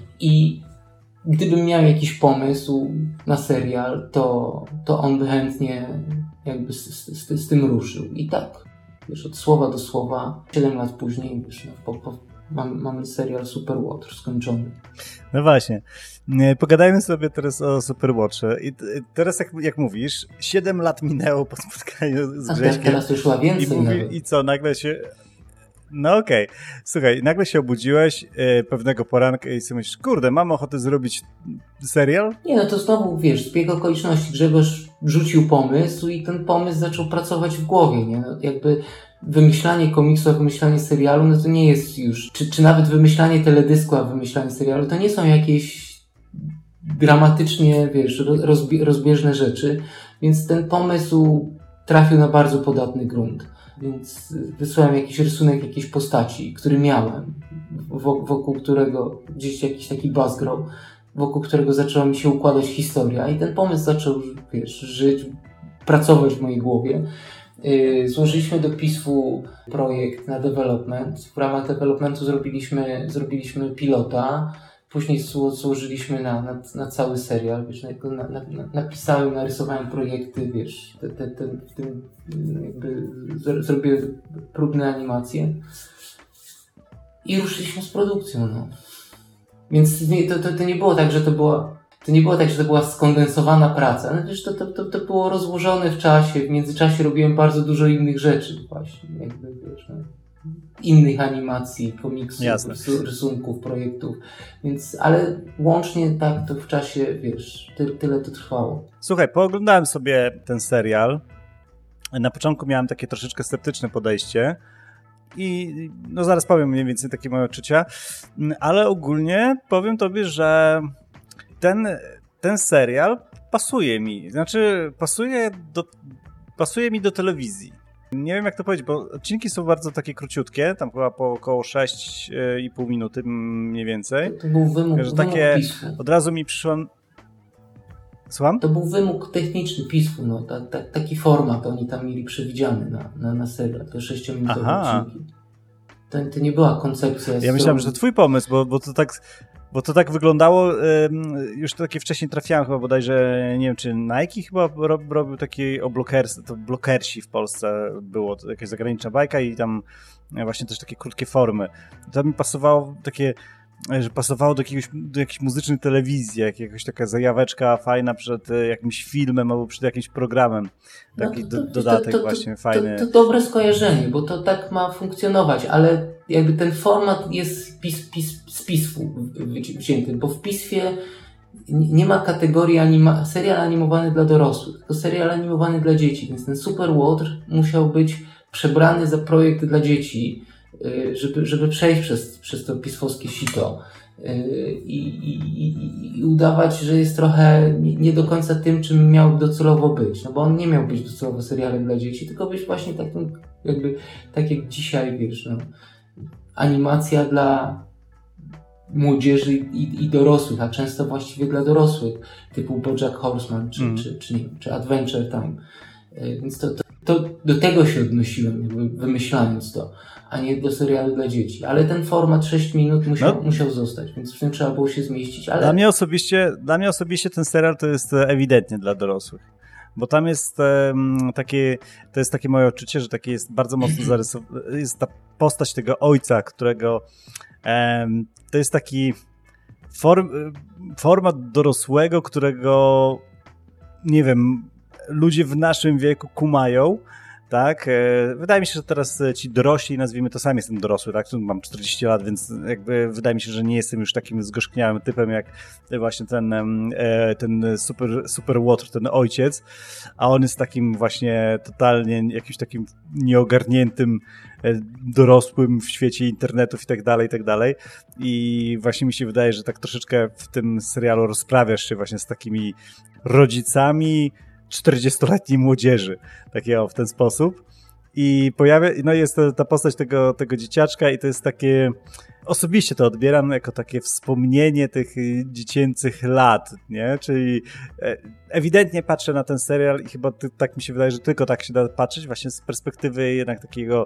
i gdybym miał jakiś pomysł na serial, to, to on by chętnie jakby z, z, z tym ruszył. I tak. Wiesz, od słowa do słowa, siedem lat później, wiesz, no, po, po, mam, mamy serial Superwatch skończony. No właśnie. Pogadajmy sobie teraz o Superwatchu. I teraz jak, jak mówisz, siedem lat minęło po spotkaniu z Grześkiem. A teraz już była więcej. I, mówi, I co, nagle się... No okej. Okay. Słuchaj, nagle się obudziłeś yy, pewnego poranka i sobie myślisz, kurde, mam ochotę zrobić serial? Nie, no to znowu, wiesz, zbieg okoliczności. Grzegorz rzucił pomysł i ten pomysł zaczął pracować w głowie, nie? No, jakby wymyślanie komiksu, a wymyślanie serialu, no to nie jest już, czy, czy nawet wymyślanie teledysku, a wymyślanie serialu, to nie są jakieś dramatycznie, wiesz, rozbie- rozbieżne rzeczy, więc ten pomysł trafił na bardzo podatny grunt. Więc wysłałem jakiś rysunek jakiejś postaci, który miałem, wokół którego gdzieś jakiś taki buzz grał, wokół którego zaczęła mi się układać historia i ten pomysł zaczął, wiesz, żyć, pracować w mojej głowie. Yy, złożyliśmy do P I S F-u projekt na development. W ramach developmentu zrobiliśmy, zrobiliśmy pilota. Później złożyliśmy na, na, na cały serial, wiesz, na, na, na, napisałem, narysowałem projekty, wiesz, te, te, te, w tym jakby zrobiłem próbne animacje i ruszyliśmy z produkcją, no. Więc nie, to, to, to nie było tak, że to była, to nie było tak, że to była skondensowana praca, no wiesz, to, to, to, to było rozłożone w czasie, w międzyczasie robiłem bardzo dużo innych rzeczy właśnie, jakby, wiesz, no. Innych animacji, komiksów, Jasne. rysunków, projektów, więc, ale łącznie tak to w czasie, wiesz, ty, tyle to trwało. Słuchaj, pooglądałem sobie ten serial. Na początku miałem takie troszeczkę sceptyczne podejście i no zaraz powiem mniej więcej takie moje odczucia, ale ogólnie powiem tobie, że ten, ten serial pasuje mi, znaczy pasuje do, pasuje mi do telewizji. Nie wiem jak to powiedzieć, bo odcinki są bardzo takie króciutkie, tam chyba po około sześć i pół minuty mniej więcej. To, to był wymóg, że takie wymóg P I S F-u. Od razu mi przyszło... Słucham? To był wymóg techniczny P I S F-u, no, ta, ta, taki format oni tam mieli przewidziany na, na, na serial, te sześciominutowe odcinki. To, to nie była koncepcja. Ja myślałem, że to twój pomysł, bo, bo to tak... Bo to tak wyglądało, już takie wcześniej trafiałem chyba bodajże, nie wiem czy Nike chyba robił taki o blokersy, to blokersi w Polsce było, to jakaś zagraniczna bajka i tam właśnie też takie krótkie formy. To mi pasowało takie, że pasowało do, jakiegoś, do jakiejś muzycznej telewizji, jak jakaś taka zajaweczka fajna przed jakimś filmem albo przed jakimś programem. Taki no to, to, do, dodatek to, to, właśnie to, fajny. To, to dobre skojarzenie, bo to tak ma funkcjonować, ale jakby ten format jest pis, pis, z P I S F-u wzięty, bo w P I S F-ie nie ma kategorii anima- serial animowany dla dorosłych, tylko serial animowany dla dzieci, więc ten Super Łotr musiał być przebrany za projekt dla dzieci, żeby, żeby przejść przez, przez to pisowskie sito i, i, i, i udawać, że jest trochę nie, nie do końca tym, czym miał docelowo być, no bo on nie miał być docelowo serialem dla dzieci, tylko być właśnie takim jakby, tak jak dzisiaj, wiesz, no, animacja dla młodzieży i, i dorosłych, a często właściwie dla dorosłych, typu BoJack Horseman, czy, mm. czy, czy, nie, czy Adventure Time. Więc to, to, to do tego się odnosiłem, jakby wymyślając to, a nie do serialu dla dzieci. Ale ten format sześć minut musiał, no. musiał zostać, więc w tym trzeba było się zmieścić. Ale... Dla mnie osobiście, dla mnie osobiście ten serial to jest ewidentnie dla dorosłych. Bo tam jest um, takie, to jest takie moje odczucie, że takie jest bardzo mocno zarysowane, jest ta postać tego ojca, którego um, to jest taki form, format dorosłego, którego nie wiem, ludzie w naszym wieku kumają, tak? Wydaje mi się, że teraz ci dorośli, nazwijmy to, sam jestem dorosły, tak? Mam czterdzieści lat, więc jakby wydaje mi się, że nie jestem już takim zgorzkniałym typem jak właśnie ten, ten super, super łotr, ten ojciec, a on jest takim właśnie totalnie jakimś takim nieogarniętym dorosłym w świecie internetów i tak dalej, i tak dalej. I właśnie mi się wydaje, że tak troszeczkę w tym serialu rozprawiasz się właśnie z takimi rodzicami czterdziestoletniej młodzieży, takiego w ten sposób. I pojawia, no jest to, ta postać tego, tego dzieciaczka i to jest takie, osobiście to odbieram jako takie wspomnienie tych dziecięcych lat, nie? Czyli ewidentnie patrzę na ten serial i chyba ty, tak mi się wydaje, że tylko tak się da patrzeć właśnie z perspektywy jednak takiego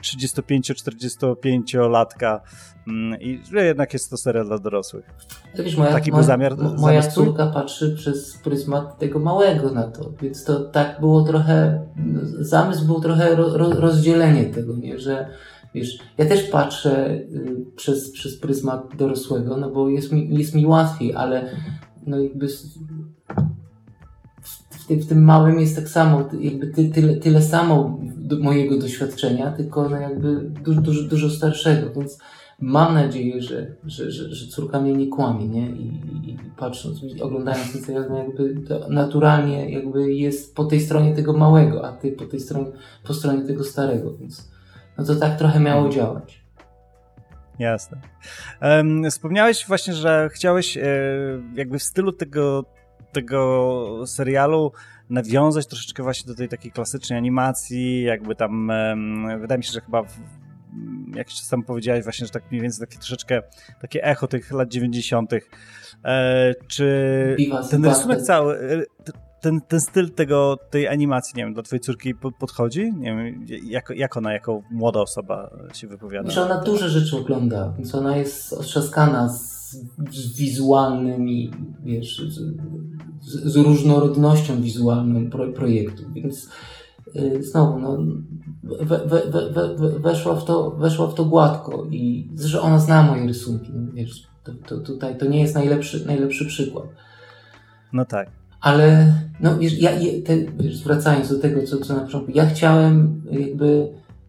trzydziestopięcio-czterdziestopięciolatka i że jednak jest to serial dla dorosłych. Wiesz, moja, Taki moja, był zamiar. Moja zamiar córka patrzy przez pryzmat tego małego na to, więc to tak było trochę, zamysł był trochę ro, ro, rozdzielenie tego, nie? Że wiesz, ja też patrzę y, przez, przez pryzmat dorosłego, no bo jest mi, jest mi łatwiej, ale no jakby w, tym, w tym małym jest tak samo, jakby ty, tyle, tyle samo do mojego doświadczenia, tylko no jakby dużo, dużo, dużo starszego, więc mam nadzieję, że, że, że, że córka mnie nie kłamie, nie? I, i, i patrząc, oglądając ten serial, no jakby to naturalnie jakby jest po tej stronie tego małego, a ty po tej stronie, po stronie tego starego, więc no to tak trochę miało działać. Jasne. Um, wspomniałeś właśnie, że chciałeś e, jakby w stylu tego, tego serialu nawiązać troszeczkę właśnie do tej takiej klasycznej animacji, jakby tam, um, wydaje mi się, że chyba w, jak czas tam powiedziałeś właśnie, że tak mniej więcej takie troszeczkę takie echo tych lat dziewięćdziesiątych. E, czy Biwas, ten Biwas, rysunek cały, ten, ten styl tego, tej animacji, nie wiem, dla twojej córki podchodzi? Nie wiem, jak, jak ona jako młoda osoba się wypowiada? Że ona duże rzeczy ogląda, więc ona jest otrzaskana z, z wizualnym i wiesz, z, z, z różnorodnością wizualną pro, projektu, więc yy, znowu, no we, we, we, we, weszła, w to, weszła w to gładko i że ona zna moje rysunki, no, wiesz, to, to, tutaj to nie jest najlepszy, najlepszy przykład. No tak. Ale, no wiesz, ja, te, wiesz, wracając do tego, co, co na początku, ja chciałem jakby,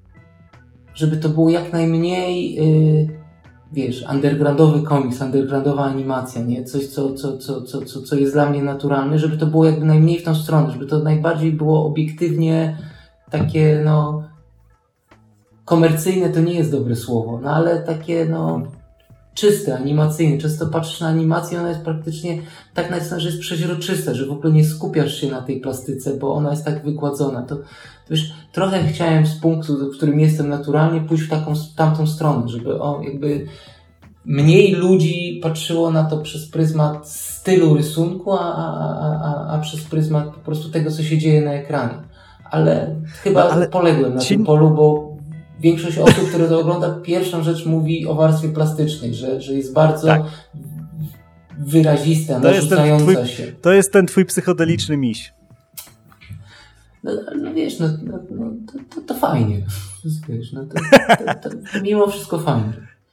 żeby to było jak najmniej, yy, wiesz, undergroundowy komiks, undergroundowa animacja, nie? Coś, co, co, co, co, co, co jest dla mnie naturalne, żeby to było jakby najmniej w tą stronę, żeby to najbardziej było obiektywnie takie, no, komercyjne to nie jest dobre słowo, no ale takie, no, czyste, animacyjne. Często patrzysz na animację, ona jest praktycznie tak napisana, że jest przeźroczysta, że w ogóle nie skupiasz się na tej plastyce, bo ona jest tak wykładzona. To, to wiesz, trochę chciałem z punktu, w którym jestem naturalnie, pójść w taką, w tamtą stronę, żeby o, jakby mniej ludzi patrzyło na to przez pryzmat stylu rysunku, a, a, a, a przez pryzmat po prostu tego, co się dzieje na ekranie. Ale chyba no, ale poległem na ci... tym polu, bo większość osób, które to ogląda, pierwszą rzecz mówi o warstwie plastycznej, że, że jest bardzo tak. wyrazista, narzucająca się. To jest ten twój psychodeliczny miś. No, no wiesz, no, no, no to, to, to fajnie. Wiesz, no, to, to, to, to mimo wszystko fajnie.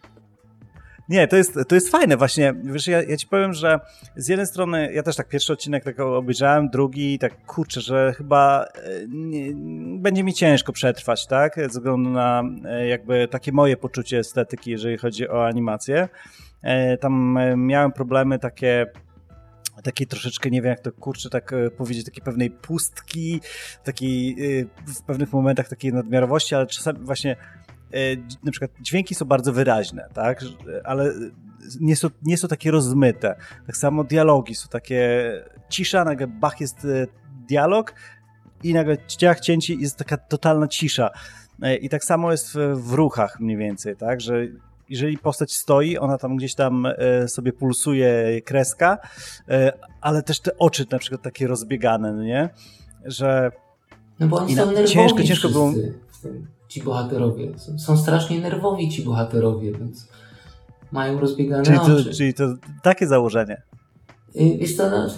Nie, to jest, to jest fajne właśnie. Wiesz, ja, ja ci powiem, że z jednej strony ja też tak pierwszy odcinek tak obejrzałem, drugi tak kurczę, że chyba nie, będzie mi ciężko przetrwać, tak? Ze względu na jakby takie moje poczucie estetyki, jeżeli chodzi o animację. Tam miałem problemy takie takiej troszeczkę, nie wiem jak to kurczę tak powiedzieć, takiej pewnej pustki, takiej w pewnych momentach takiej nadmiarowości, ale czasami właśnie na przykład dźwięki są bardzo wyraźne, tak, ale nie są, nie są takie rozmyte. Tak samo dialogi są takie cisza, nagle bach jest dialog i nagle ciach cięci jest taka totalna cisza. I tak samo jest w, w ruchach mniej więcej, tak, że jeżeli postać stoi, ona tam gdzieś tam sobie pulsuje kreska, ale też te oczy na przykład takie rozbiegane, no nie? Że no bo oni są nerwowi ciężko, ciężko było... w tym, ci bohaterowie. Są, są strasznie nerwowi ci bohaterowie, więc mają rozbiegane czyli to, oczy. Czyli to takie założenie. Wiesz co, no,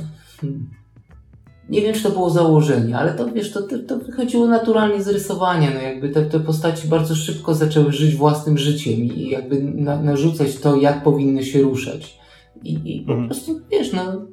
nie wiem, czy to było założenie, ale to wiesz, to, to wychodziło naturalnie z rysowania. No jakby te, te postaci bardzo szybko zaczęły żyć własnym życiem i jakby na, narzucać to, jak powinny się ruszać. I, i po mhm. prostu, wiesz, no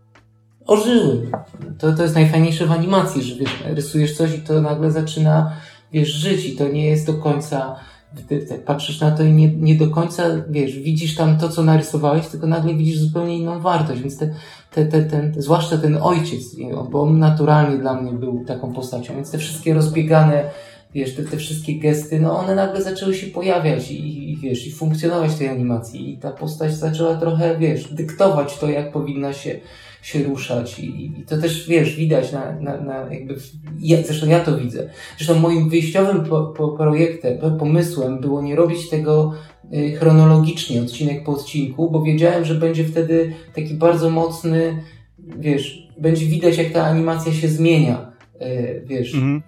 ożyły. To, to jest najfajniejsze w animacji, że wiesz, rysujesz coś i to nagle zaczyna, wiesz, żyć i to nie jest do końca, ty, ty patrzysz na to i nie, nie do końca, wiesz, widzisz tam to, co narysowałeś, tylko nagle widzisz zupełnie inną wartość, więc te, te, te, ten, zwłaszcza ten ojciec, bo on naturalnie dla mnie był taką postacią, więc te wszystkie rozbiegane, wiesz, te, te wszystkie gesty, no one nagle zaczęły się pojawiać i, i wiesz, i funkcjonować w tej animacji i ta postać zaczęła trochę, wiesz, dyktować to, jak powinna się się ruszać i, i to też, wiesz, widać na, na, na jakby, ja, zresztą ja to widzę. Zresztą moim wyjściowym po, po projektem, po, pomysłem było nie robić tego y, chronologicznie, odcinek po odcinku, bo wiedziałem, że będzie wtedy taki bardzo mocny, wiesz, będzie widać, jak ta animacja się zmienia, y, wiesz, mhm.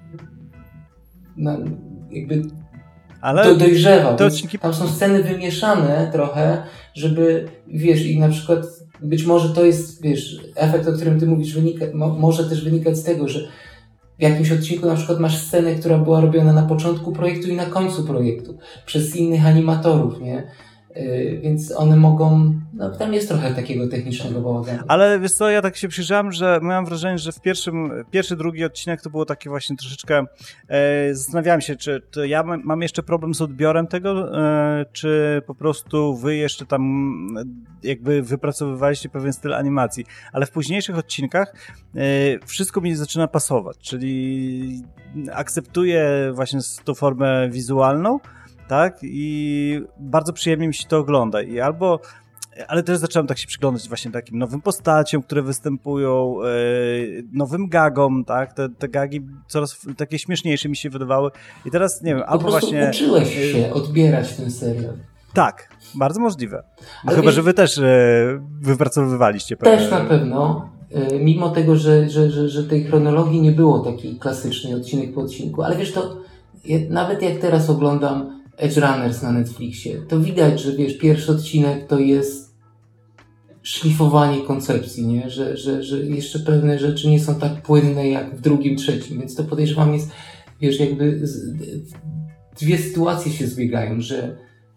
na, jakby ale do, dojrzewa. te odcinki... Tam są sceny wymieszane trochę, żeby, wiesz, i na przykład być może to jest, wiesz, efekt, o którym ty mówisz, wynika, mo, może też wynikać z tego, że w jakimś odcinku na przykład masz scenę, która była robiona na początku projektu i na końcu projektu przez innych animatorów, nie? Yy, więc one mogą, no tam jest trochę takiego technicznego bałaganu. Ale wiesz co, ja tak się przyjrzałem, że miałem wrażenie, że w pierwszym, pierwszy, drugi odcinek to było takie właśnie troszeczkę, e, zastanawiałem się, czy to ja mam, mam jeszcze problem z odbiorem tego, e, czy po prostu wy jeszcze tam jakby wypracowywaliście pewien styl animacji, ale w późniejszych odcinkach e, wszystko mi zaczyna pasować, czyli akceptuję właśnie tą formę wizualną, tak? I bardzo przyjemnie mi się to ogląda. I albo, ale też zacząłem tak się przyglądać właśnie takim nowym postaciom, które występują, yy, nowym gagom, tak? Te, te gagi coraz takie śmieszniejsze mi się wydawały. I teraz, nie wiem, po albo prostu właśnie... uczyłeś się odbierać ten serial. Tak, bardzo możliwe. Ale chyba, wiesz, że wy też yy, wypracowywaliście. Pewne... Też na pewno. Yy, mimo tego, że, że, że, że tej chronologii nie było takiej klasycznej, odcinek po odcinku. Ale wiesz, to ja, nawet jak teraz oglądam Edge Runners na Netflixie, to widać, że wiesz, pierwszy odcinek to jest szlifowanie koncepcji, nie? Że, że, że jeszcze pewne rzeczy nie są tak płynne jak w drugim, trzecim, więc to podejrzewam jest, wiesz, jakby z, dwie sytuacje się zbiegają, że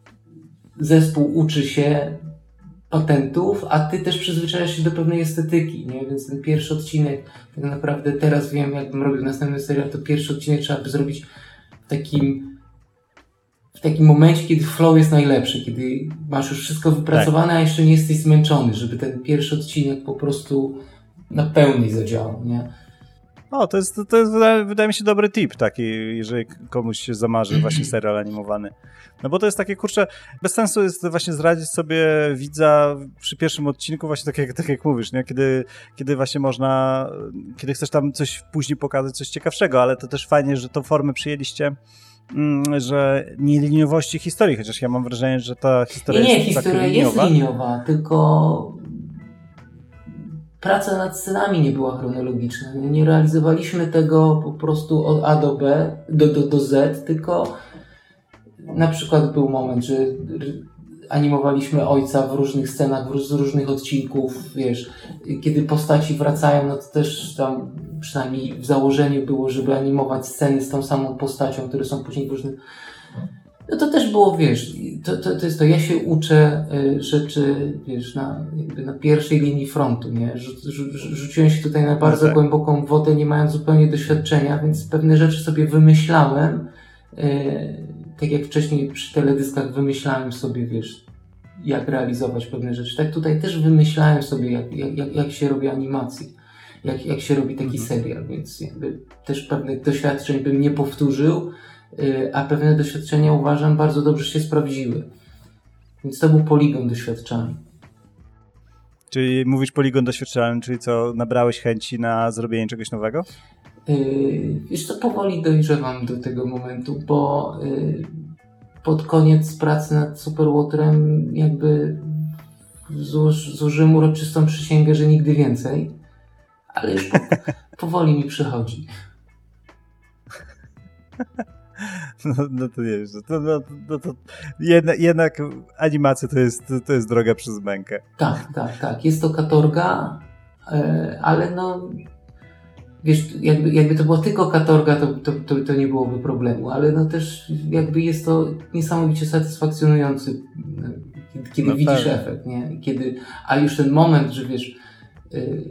zespół uczy się patentów, a ty też przyzwyczajasz się do pewnej estetyki, nie? Więc ten pierwszy odcinek, tak naprawdę teraz wiem, jakbym robił następny serial, to pierwszy odcinek trzeba by zrobić w takim w takim momencie, kiedy flow jest najlepszy, kiedy masz już wszystko wypracowane, tak, a jeszcze nie jesteś zmęczony, żeby ten pierwszy odcinek po prostu na pełnej zadziałał, nie? O, to jest, to jest wydaje, wydaje mi się dobry tip taki, jeżeli komuś się zamarzy właśnie serial animowany. No bo to jest takie, kurczę, bez sensu jest właśnie zradzić sobie widza przy pierwszym odcinku, właśnie tak jak, tak jak mówisz, nie? Kiedy, kiedy właśnie można, kiedy chcesz tam coś później pokazać, coś ciekawszego, ale to też fajnie, że tą formę przyjęliście, że nie liniowości historii, chociaż ja mam wrażenie, że ta historia nie, nie, jest historia tak liniowa. jest liniowa, tylko praca nad scenami nie była chronologiczna. Nie realizowaliśmy tego po prostu od A do B, do, do, do Z, tylko na przykład był moment, że animowaliśmy ojca w różnych scenach, z różnych odcinków, wiesz, kiedy postaci wracają, no to też tam przynajmniej w założeniu było, żeby animować sceny z tą samą postacią, które są później w różnych... No to też było, wiesz, to, to, to jest to, ja się uczę y, rzeczy, wiesz, na, jakby na pierwszej linii frontu, nie? Rzu, rzu, rzuciłem się tutaj na bardzo tak. głęboką wodę, nie mając zupełnie doświadczenia, więc pewne rzeczy sobie wymyślałem, y, tak jak wcześniej przy teledyskach wymyślałem sobie, wiesz, jak realizować pewne rzeczy. Tak tutaj też wymyślałem sobie, jak, jak, jak się robi animację, jak, jak się robi taki serial, więc jakby też pewnych doświadczeń bym nie powtórzył, a pewne doświadczenia uważam bardzo dobrze się sprawdziły. Więc to był poligon doświadczalny. Czyli mówisz poligon doświadczalny, czyli co, nabrałeś chęci na zrobienie czegoś nowego? Yy, wiesz co, powoli dojrzewam do tego momentu, bo yy, pod koniec pracy nad Superwaterem jakby złoż, złożyłem uroczystą przysięgę, że nigdy więcej, ale już po, powoli mi przychodzi. No, no to nie wiesz, no, no, no to jednak, jednak animacja to jest, to jest droga przez mękę. Tak, tak, tak. Jest to katorga, yy, ale no wiesz, jakby, jakby to była tylko katorga, to, to, to, to nie byłoby problemu, ale no też jakby jest to niesamowicie satysfakcjonujący, kiedy no widzisz pewnie. efekt, nie? Kiedy, a już ten moment, że wiesz, yy,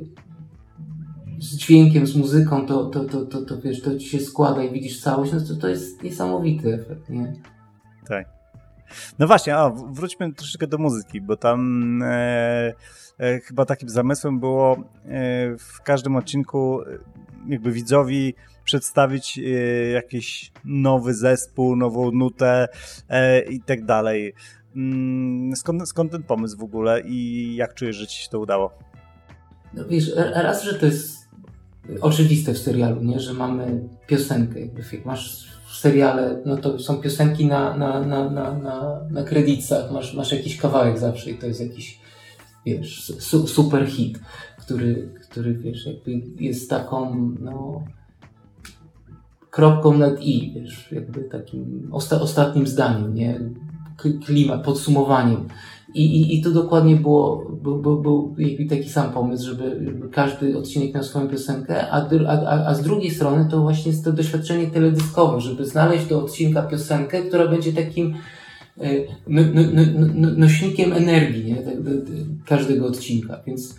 z dźwiękiem, z muzyką, to, to, to, to, to wiesz, to ci się składa i widzisz całość, no to, to jest niesamowity efekt, nie? Tak. No właśnie, o, wróćmy troszeczkę do muzyki, bo tam e, e, chyba takim zamysłem było e, w każdym odcinku jakby widzowi przedstawić e, jakiś nowy zespół, nową nutę e, i tak dalej. Skąd, skąd ten pomysł w ogóle i jak czujesz, że ci się to udało? No wiesz, raz, że to jest oczywiste w serialu, nie? Że mamy piosenkę. Jakby jak masz w seriale, no to są piosenki na, na, na, na, na, na kredytach, masz, masz jakiś kawałek zawsze i to jest jakiś, wiesz, su, super hit, który, który, wiesz, jakby jest taką, no, kropką nad i, wiesz, jakby takim osta, ostatnim zdaniem, nie? Klimat, podsumowaniem. I, i, i tu dokładnie było, był, był, był jakby taki sam pomysł, żeby, żeby każdy odcinek miał swoją piosenkę, a, a, a z drugiej strony to właśnie jest to doświadczenie teledyskowe, żeby znaleźć do odcinka piosenkę, która będzie takim no, no, no, no, nośnikiem energii, nie? Każdego odcinka, więc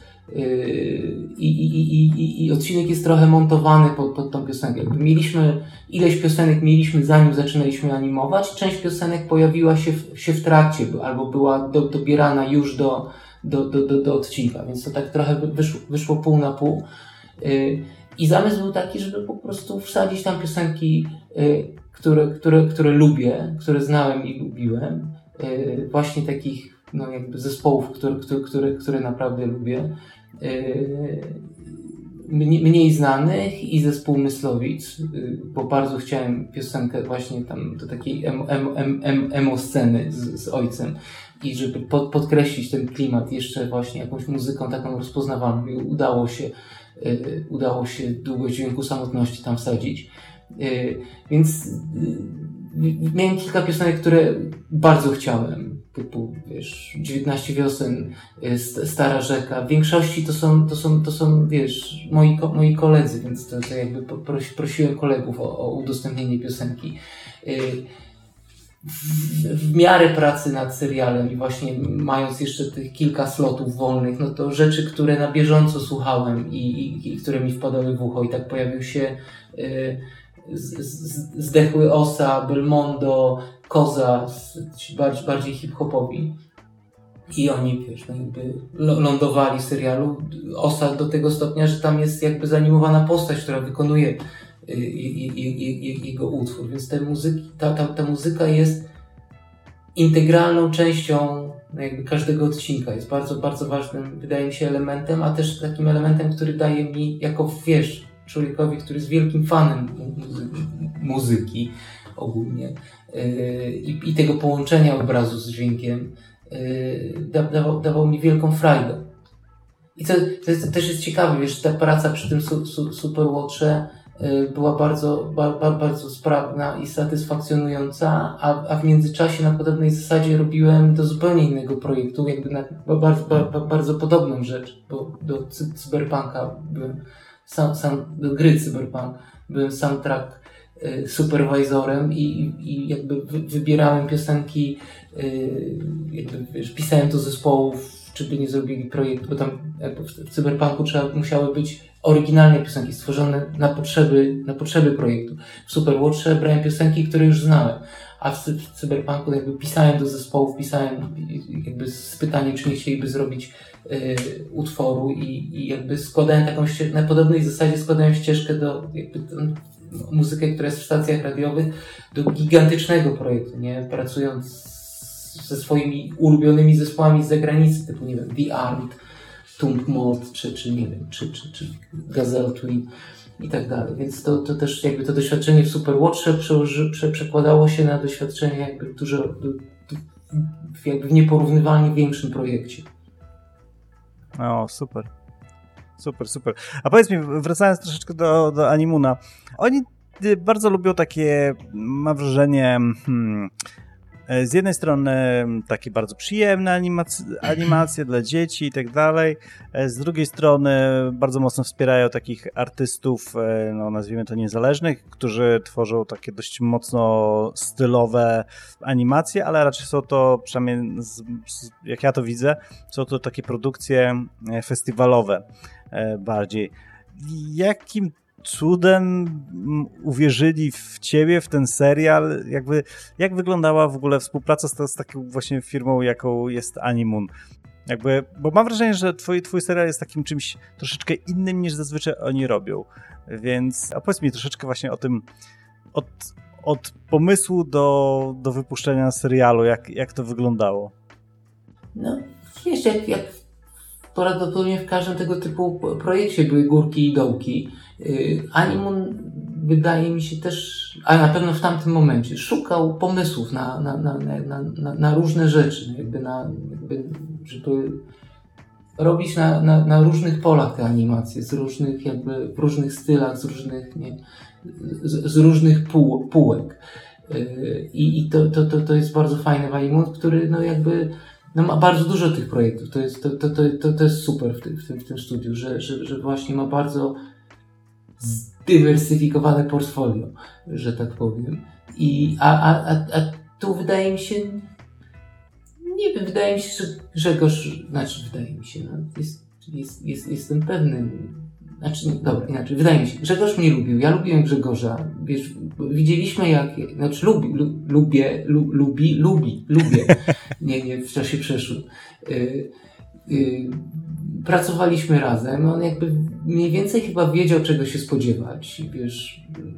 i, i, i, i, i odcinek jest trochę montowany pod, pod tą piosenkę. Jakby mieliśmy, ileś piosenek mieliśmy zanim zaczynaliśmy animować, część piosenek pojawiła się w, się w trakcie, albo była do, dobierana już do, do, do, do, do odcinka, więc to tak trochę wyszło, wyszło pół na pół. I zamysł był taki, żeby po prostu wsadzić tam piosenki, które, które, które lubię, które znałem i lubiłem, właśnie takich no jakby zespołów, które, które, które, które naprawdę lubię. Mniej, mniej znanych i zespół Myslowic, bo bardzo chciałem piosenkę właśnie tam do takiej emo, emo, emo, emo sceny z, z ojcem i żeby pod, podkreślić ten klimat jeszcze właśnie jakąś muzyką taką rozpoznawalną i udało się, udało się długość dźwięku samotności tam wsadzić. Więc miałem kilka piosenek, które bardzo chciałem, typu, wiesz, dziewiętnaście wiosen, Stara rzeka. W większości to są, to są, to są, wiesz, moi, moi koledzy, więc to, to jakby prosi, prosiłem kolegów o, o udostępnienie piosenki. W, w miarę pracy nad serialem i właśnie mając jeszcze tych kilka slotów wolnych, no to rzeczy, które na bieżąco słuchałem i, i, i które mi wpadały w ucho i tak pojawił się y, z, z, Zdechły Osa, Belmondo, Koza, bardziej, bardziej hip-hopowi. I oni, wiesz, no jakby lądowali w serialu. Osa do tego stopnia, że tam jest jakby zanimowana postać, która wykonuje y, y, y, y, jego utwór. Więc te muzyki, ta, ta, ta muzyka jest integralną częścią no jakby każdego odcinka. Jest bardzo, bardzo ważnym, wydaje mi się, elementem, a też takim elementem, który daje mi, jako wiesz, człowiekowi, który jest wielkim fanem muzyki, muzyki ogólnie yy, i, i tego połączenia obrazu z dźwiękiem, yy, da, dawał, dawał mi wielką frajdę. I to, to, jest, to też jest ciekawe, wiesz, ta praca przy tym su, su, Superwatche yy, była bardzo, ba, ba, bardzo sprawna i satysfakcjonująca, a, a w międzyczasie na podobnej zasadzie robiłem do zupełnie innego projektu, jakby na bardzo, ba, bardzo podobną rzecz, bo do cy, Cyberpunka byłem Sam, sam do gry Cyberpunk byłem soundtrack y, superwizorem i, i jakby wy, wybierałem piosenki, y, jakby wiesz, pisałem do zespołów, czy by nie zrobili projekt, bo tam jakby w, w Cyberpunku trzeba, musiały być oryginalne piosenki stworzone na potrzeby, na potrzeby projektu. W Superwatche brałem piosenki, które już znałem, a w, w Cyberpunku jakby pisałem do zespołów, pisałem jakby z pytaniem, czy nie chcieliby zrobić y, utworu i, i jakby składałem taką ścieżkę, na podobnej zasadzie składałem ścieżkę do jakby ten, muzykę, która jest w stacjach radiowych, do gigantycznego projektu, nie? Pracując ze swoimi ulubionymi zespołami z zagranicy, typu, nie wiem, The Armed, Tomb Mod, czy, czy nie wiem, czy, czy, czy Gazelle Twin i tak dalej. Więc to, to też jakby to doświadczenie w Superwatche przełoży, prze, przekładało się na doświadczenie jakby dużo, do, do, jakby w nieporównywalnie większym projekcie. O, super. Super, super. A powiedz mi, wracając troszeczkę do, do Animuna, oni bardzo lubią takie, mam wrażenie, hmm, z jednej strony takie bardzo przyjemne animacje, animacje dla dzieci i tak dalej, z drugiej strony bardzo mocno wspierają takich artystów, no nazwijmy to niezależnych, którzy tworzą takie dość mocno stylowe animacje, ale raczej są to, przynajmniej z, z, jak ja to widzę, są to takie produkcje festiwalowe bardziej. Jakim cudem uwierzyli w ciebie, w ten serial? Jakby, jak wyglądała w ogóle współpraca z, z taką właśnie firmą, jaką jest Animun? Jakby, bo mam wrażenie, że twój, twój serial jest takim czymś troszeczkę innym, niż zazwyczaj oni robią. Więc, a powiedz mi troszeczkę właśnie o tym, od, od pomysłu do, do wypuszczenia serialu, jak, jak to wyglądało? No, wiesz, jak, jak prawdopodobnie w każdym tego typu projekcie były górki i dołki. Animun, wydaje mi się też, a na pewno w tamtym momencie, szukał pomysłów na, na, na, na, na, na różne rzeczy, jakby na, jakby, żeby robić na, na, na różnych polach te animacje, z różnych, jakby w różnych stylach, z różnych, nie, z, z różnych pół, półek. I, i to, to, to, to jest bardzo fajny w Animun, który no jakby no ma bardzo dużo tych projektów. To jest, to, to, to, to jest super w tym, w tym, w tym studiu, że, że, że właśnie ma bardzo zdywersyfikowane portfolio, że tak powiem. I, a, a, a, a tu wydaje mi się, nie wiem, wydaje mi się, że Grzegorz, znaczy wydaje mi się, no, jest, jest, jest, jestem pewny, znaczy, nie, dobra, inaczej, wydaje mi się, Grzegorz mnie lubił, ja lubiłem Grzegorza, wiesz, widzieliśmy jak, znaczy lubi, lu, lubię, lu, lubi, lubi, lubię, nie, nie, w czasie przeszłym. Y, y, pracowaliśmy razem, on jakby mniej więcej chyba wiedział, czego się spodziewać, wiesz,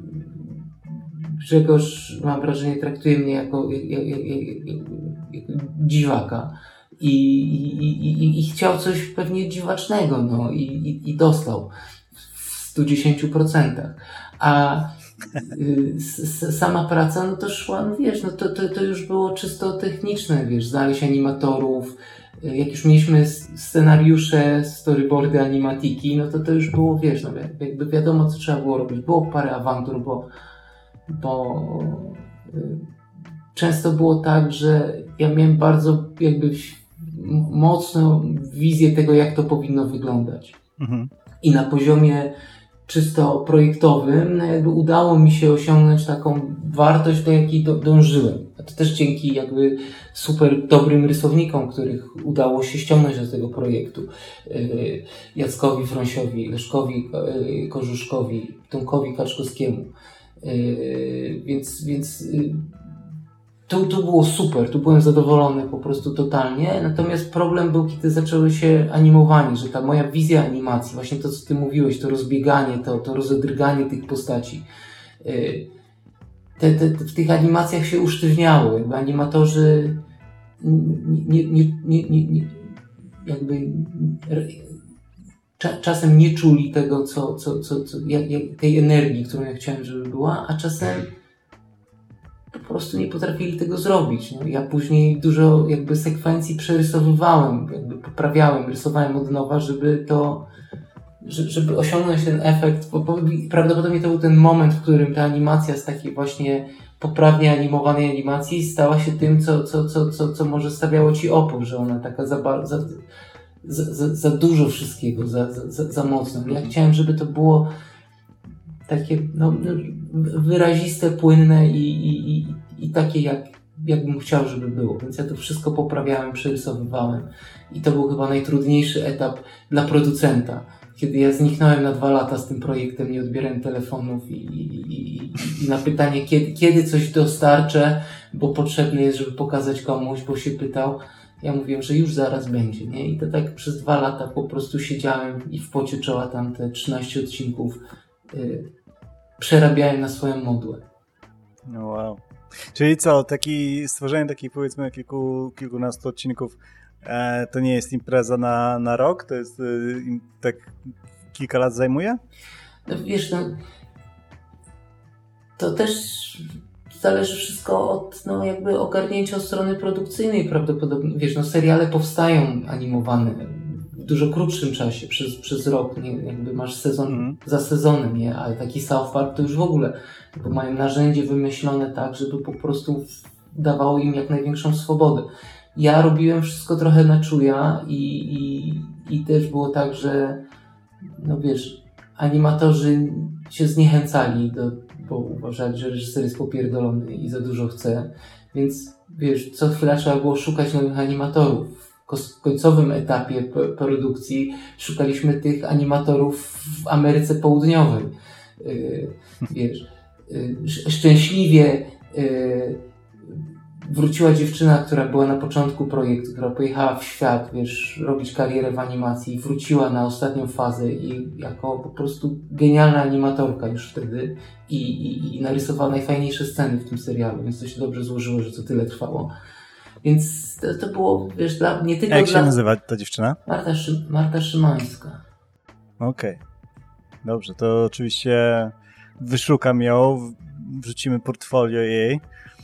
Grzegorz, mam wrażenie, traktuje mnie jako, jak, jak, jak, jak, jak dziwaka. I, i, i, i chciał coś pewnie dziwacznego, no i, i, i dostał w stu dziesięciu procentach. A y, s, sama praca, no to szła, no wiesz, no to, to, to już było czysto techniczne, wiesz, znaleźć animatorów, y, jak już mieliśmy scenariusze, storyboardy, animatiki, no to to już było, wiesz, no jakby wiadomo, co trzeba było robić. Było parę awantur, bo, bo y, często było tak, że ja miałem bardzo jakby mocną wizję tego, jak to powinno wyglądać. Mhm. I na poziomie czysto projektowym no jakby udało mi się osiągnąć taką wartość, do jakiej do, dążyłem. A to też dzięki jakby super dobrym rysownikom, których udało się ściągnąć do tego projektu. Yy, Jackowi Frąsiowi, Leszkowi yy, Korzuszkowi, Tomkowi Kaczkowskiemu. Yy, więc więc yy, Tu, tu było super, tu byłem zadowolony po prostu totalnie, natomiast problem był, kiedy zaczęły się animowanie, że ta moja wizja animacji, właśnie to, co ty mówiłeś, to rozbieganie, to, to rozedrganie tych postaci, te, te, te, w tych animacjach się usztywniało, jakby animatorzy nie, nie, nie, nie, nie, jakby cza, czasem nie czuli tego, co, co, co, co jak, jak, tej energii, którą ja chciałem, żeby była, a czasem po prostu nie potrafili tego zrobić. No, ja później dużo jakby sekwencji przerysowywałem, jakby poprawiałem, rysowałem od nowa, żeby to, żeby osiągnąć ten efekt, bo, bo prawdopodobnie to był ten moment, w którym ta animacja z takiej właśnie poprawnie animowanej animacji stała się tym, co, co, co, co, co może stawiało ci opór, że ona taka za, za, za, za dużo wszystkiego, za, za, za mocno. Ja chciałem, żeby to było takie no, wyraziste, płynne i, i, i, i takie, jak, jakbym chciał, żeby było. Więc ja to wszystko poprawiałem, przerysowywałem. I to był chyba najtrudniejszy etap dla producenta. kiedy ja zniknąłem na dwa lata z tym projektem, nie odbierałem telefonów i, i, i na pytanie, kiedy, kiedy coś dostarczę, bo potrzebne jest, żeby pokazać komuś, bo się pytał, ja mówiłem, że już zaraz będzie, nie? I to tak przez dwa lata po prostu siedziałem i w pocie czoła tam te trzynaście odcinków yy, przerabiałem na swoją modłę. No wow. Czyli co, taki, stworzenie takich powiedzmy kilku, kilkunastu odcinków e, to nie jest impreza na, na rok? To jest e, im, tak kilka lat zajmuje? No wiesz, no to też zależy wszystko od no, jakby ogarnięcia od strony produkcyjnej prawdopodobnie. Wiesz, no seriale powstają animowane w dużo krótszym czasie, przez, przez rok, nie? Jakby masz sezon mm. za sezonem, nie? Ale taki South Park to już w ogóle, bo mają narzędzie wymyślone tak, żeby po prostu dawało im jak największą swobodę. Ja robiłem wszystko trochę na czuja i, i, i też było tak, że no wiesz, animatorzy się zniechęcali, do, bo uważali, że reżyser jest popierdolony i za dużo chce, więc wiesz, co chwila trzeba było szukać nowych animatorów. W końcowym etapie produkcji szukaliśmy tych animatorów w Ameryce Południowej. Yy, wiesz, yy, szczęśliwie yy, wróciła dziewczyna, która była na początku projektu, która pojechała w świat, wiesz, robić karierę w animacji, wróciła na ostatnią fazę i jako po prostu genialna animatorka już wtedy i, i, i narysowała najfajniejsze sceny w tym serialu, więc to się dobrze złożyło, że to tyle trwało. Więc to, to było, wiesz, dla mnie tylko A jak dla... się nazywa ta dziewczyna? Marta, Szy... Marta Szymańska. Okej. Okay. Dobrze, to oczywiście wyszukam ją, wrzucimy portfolio jej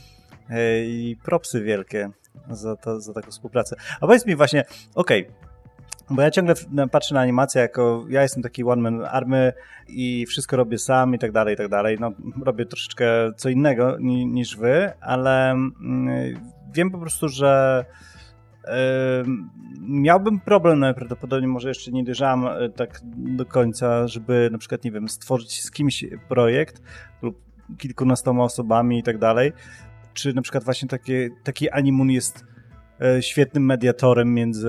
i propsy wielkie za, to, za taką współpracę. A powiedz mi właśnie, okej, okay, bo ja ciągle patrzę na animację jako, ja jestem taki one man army i wszystko robię sam i tak dalej, i tak dalej. No, robię troszeczkę co innego ni, niż wy, ale mm, wiem po prostu, że y, miałbym problem najprawdopodobniej, może jeszcze nie dojrzałem y, tak do końca, żeby na przykład, nie wiem, stworzyć z kimś projekt lub kilkunastoma osobami i tak dalej. Czy na przykład właśnie takie, taki Animun jest e, świetnym mediatorem między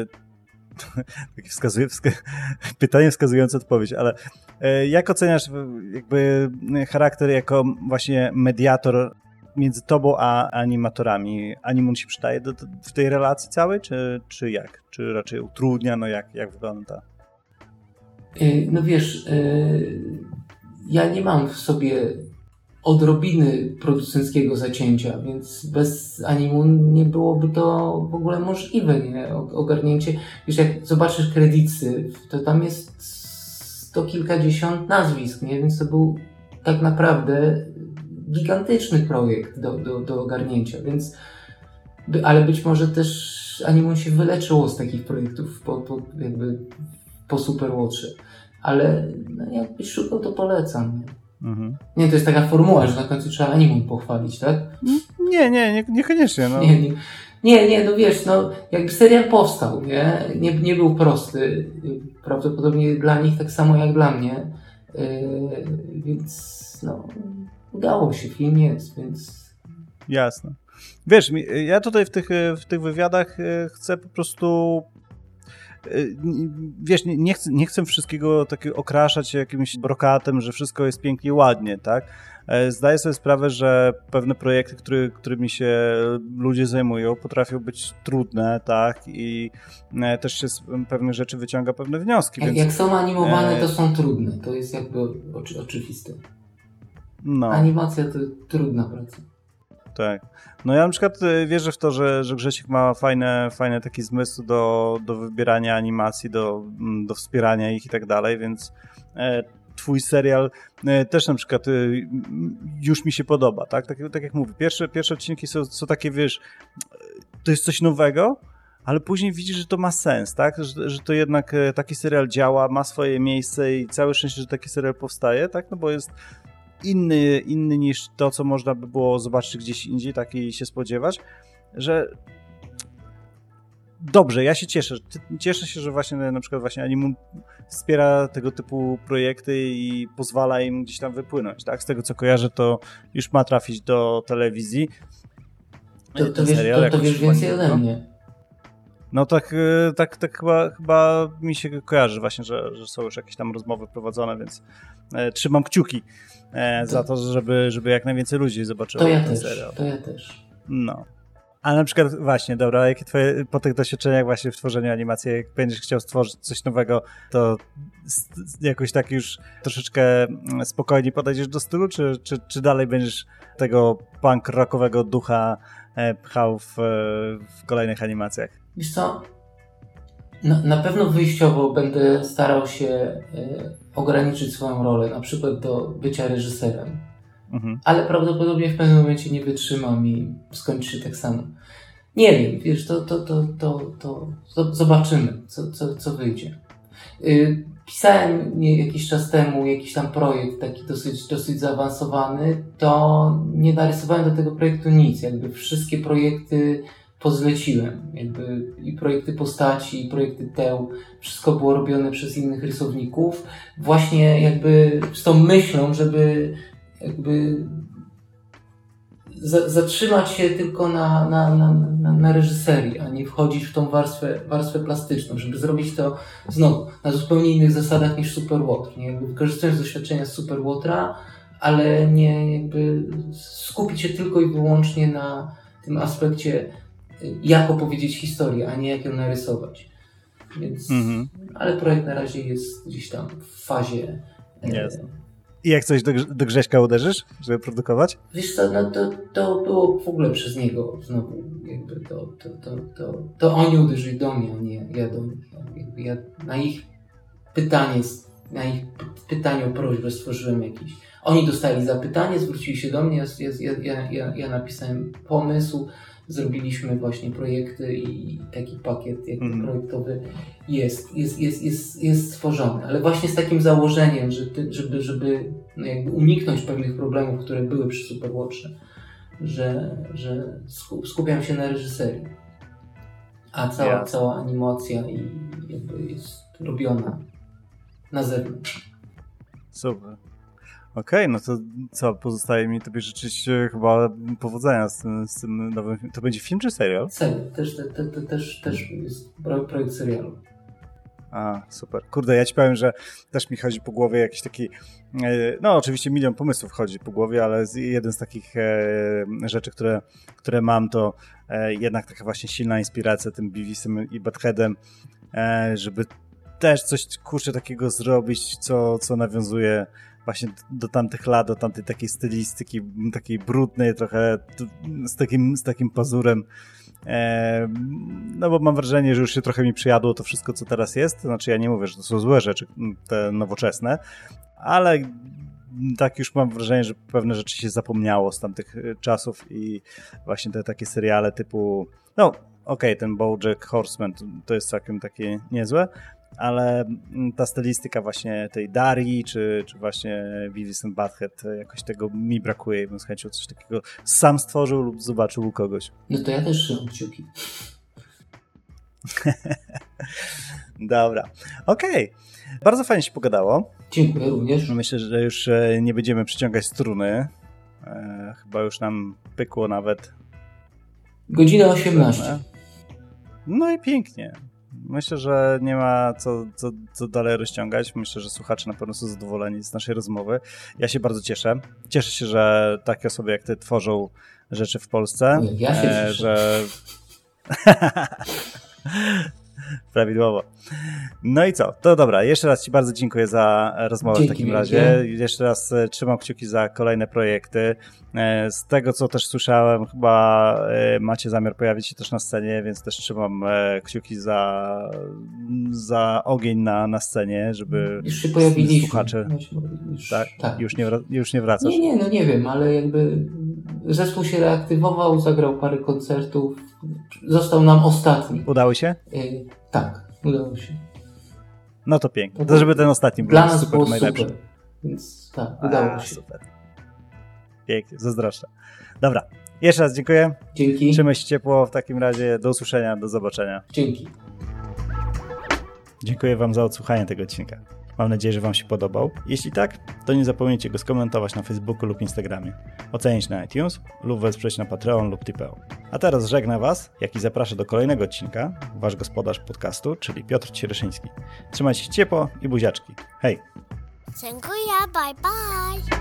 wskazuje, wska... pytanie wskazujące odpowiedź, ale e, jak oceniasz jakby charakter jako właśnie mediator między tobą a animatorami? Animun się przydaje do, do, w tej relacji całej, czy, czy jak? Czy raczej utrudnia? No jak, jak wygląda? No wiesz, ja nie mam w sobie odrobiny producenckiego zacięcia, więc bez Animun nie byłoby to w ogóle możliwe, nie? Ogarnięcie. Wiesz, jak zobaczysz kredyty, to tam jest sto kilkadziesiąt nazwisk, nie? Więc to był tak naprawdę gigantyczny projekt do, do, do ogarnięcia, więc ale być może też Animun się wyleczyło z takich projektów po, po, jakby po Superwatche, ale no, jakbyś szukał, to polecam, nie? Mhm. Nie, to jest taka formuła, że na końcu trzeba Animun pochwalić, tak? Nie, nie, nie niekoniecznie. No. Nie, nie, nie, nie, no wiesz, no jakby serial powstał, nie? Nie, nie był prosty, prawdopodobnie dla nich tak samo jak dla mnie, yy, więc no udało się, film jest, więc... Jasne. Wiesz, ja tutaj w tych, w tych wywiadach chcę po prostu... Wiesz, nie, nie, chcę, nie chcę wszystkiego takiego okraszać jakimś brokatem, że wszystko jest pięknie, ładnie, tak? Zdaję sobie sprawę, że pewne projekty, który, którymi się ludzie zajmują, potrafią być trudne, tak? I też się z pewnych rzeczy wyciąga pewne wnioski. Jak, więc... jak są animowane, to są trudne. To jest jakby oczy, oczywiste. No. Animacja to trudna praca. Tak. No ja na przykład wierzę w to, że, że Grzesiek ma fajne, fajne taki zmysł do, do wybierania animacji, do, do wspierania ich i tak dalej, więc e, twój serial e, też na przykład e, już mi się podoba, tak? Tak, tak jak mówię, pierwsze, pierwsze odcinki są, są takie, wiesz, to jest coś nowego, ale później widzisz, że to ma sens, tak? Że, że to jednak taki serial działa, ma swoje miejsce i całe szczęście, że taki serial powstaje, tak? No bo jest inny, inny niż to, co można by było zobaczyć gdzieś indziej, tak i się spodziewać, że dobrze, ja się cieszę. Cieszę się, że właśnie na przykład właśnie Animun wspiera tego typu projekty i pozwala im gdzieś tam wypłynąć, tak? Z tego, co kojarzę, to już ma trafić do telewizji. To, to wiesz, serial, to, to wiesz więcej ode mnie. No tak, tak, tak chyba, chyba mi się kojarzy właśnie, że, że są już jakieś tam rozmowy prowadzone, więc e, trzymam kciuki e, to, za to, żeby, żeby jak najwięcej ludzi zobaczyło to ja ten też, serial. To ja też. No. A na przykład właśnie, dobra, jakie twoje, po tych doświadczeniach właśnie w tworzeniu animacji, jak będziesz chciał stworzyć coś nowego, to jakoś tak już troszeczkę spokojniej podejdziesz do stylu, czy, czy, czy dalej będziesz tego punk rockowego ducha pchał w, w kolejnych animacjach? Wiesz co, na, na pewno wyjściowo będę starał się y, ograniczyć swoją rolę, na przykład do bycia reżyserem. Mhm. Ale prawdopodobnie w pewnym momencie nie wytrzymam i skończy się tak samo. Nie wiem, wiesz, to, to, to, to, to, to zobaczymy, co, co, co wyjdzie. Yy, pisałem nie, jakiś czas temu jakiś tam projekt taki dosyć, dosyć zaawansowany, to nie narysowałem do tego projektu nic, jakby wszystkie projekty pozleciłem, jakby i projekty postaci, i projekty teł, wszystko było robione przez innych rysowników, właśnie jakby z tą myślą, żeby jakby za, zatrzymać się tylko na, na, na, na, na reżyserii, a nie wchodzić w tą warstwę, warstwę plastyczną, żeby zrobić to znowu na zupełnie innych zasadach niż Superwater, nie? Jakby wykorzystując doświadczenia z Superwatera, ale nie jakby skupić się tylko i wyłącznie na tym aspekcie, jak opowiedzieć historię, a nie jak ją narysować. Więc, mm-hmm. Ale projekt na razie jest gdzieś tam w fazie yes. I jak coś do, do Grześka uderzysz, żeby produkować? Wiesz co, no to, to było w ogóle przez niego znowu, jakby to, to, to, to, to oni uderzyli do mnie, a nie ja do nich. Jakby ja na ich pytanie, na ich pytanie o prośbę stworzyłem jakiś. Oni dostali zapytanie, zwrócili się do mnie, ja, ja, ja, ja napisałem pomysł, zrobiliśmy właśnie projekty i taki pakiet jakby mm. projektowy jest, jest, jest, jest, jest stworzony, ale właśnie z takim założeniem, że ty, żeby, żeby no jakby uniknąć pewnych problemów, które były przy Superwatcherze, że, że skupiam się na reżyserii, a cała, yeah. cała animacja i jakby jest robiona na zewnątrz. Super. Okej, okay, no to co, pozostaje mi tobie życzyć chyba powodzenia z tym, z tym nowym filmem. To będzie film czy serial? Serial, też, te, te, te, też, też jest projekt serialu. A, super. Kurde, ja ci powiem, że też mi chodzi po głowie jakiś taki, no oczywiście milion pomysłów chodzi po głowie, ale jeden z takich rzeczy, które, które mam, to jednak taka właśnie silna inspiracja tym Beavisem i Buttheadem, żeby też coś, kurczę, takiego zrobić, co, co nawiązuje właśnie do tamtych lat, do tamtej takiej stylistyki, takiej brudnej trochę, z takim, z takim pazurem. E, no bo mam wrażenie, że już się trochę mi przyjadło to wszystko, co teraz jest. Znaczy ja nie mówię, że to są złe rzeczy, te nowoczesne, ale tak już mam wrażenie, że pewne rzeczy się zapomniało z tamtych czasów i właśnie te takie seriale typu, no okej, okay, ten BoJack Horseman to, to jest całkiem takie niezłe, ale ta stylistyka właśnie tej Darii, czy, czy właśnie Beavis and Butthead, jakoś tego mi brakuje i bym z chęcią coś takiego sam stworzył lub zobaczył u kogoś. No to ja też trzymam kciuki. Dobra, okej. Okay. Bardzo fajnie się pogadało. Dziękuję również. Myślę, że już nie będziemy przyciągać struny. E, chyba już nam pykło nawet. Godzina osiemnaście. No i pięknie. Myślę, że nie ma co, co, co dalej rozciągać. Myślę, że słuchacze na pewno są zadowoleni z naszej rozmowy. Ja się bardzo cieszę. Cieszę się, że takie osoby jak ty tworzą rzeczy w Polsce. Ja się cieszę. E, że... Prawidłowo. No i co? To dobra, jeszcze raz ci bardzo dziękuję za rozmowę. Dzięki w takim razie. Wielkie. Jeszcze raz trzymam kciuki za kolejne projekty. Z tego, co też słyszałem, chyba macie zamiar pojawić się też na scenie, więc też trzymam kciuki za, za ogień na, na scenie, żeby już się pojawiliśmy. Słuchacze... Już, tak? tak. Już, nie wra- już nie wracasz? Nie, nie, no nie wiem, ale jakby zespół się reaktywował, zagrał parę koncertów, został nam ostatni. Udało się? Yy, tak, udało się. No to pięknie. To żeby ten ostatni był dla nas super było najlepszy. Super. Więc tak, udało A, się. Super. Pięknie, zazdroszczę. Dobra, jeszcze raz dziękuję. Dzięki. Trzymaj się ciepło w takim razie. Do usłyszenia, do zobaczenia. Dzięki. Dziękuję wam za odsłuchanie tego odcinka. Mam nadzieję, że Wam się podobał. Jeśli tak, to nie zapomnijcie go skomentować na Facebooku lub Instagramie, ocenić na iTunes lub wesprzeć na Patreon lub Tipeo. A teraz żegna Was, jak i zapraszam do kolejnego odcinka, Wasz gospodarz podcastu, czyli Piotr Ciereszyński. Trzymajcie się ciepło i buziaczki. Hej! Dziękuję, bye bye!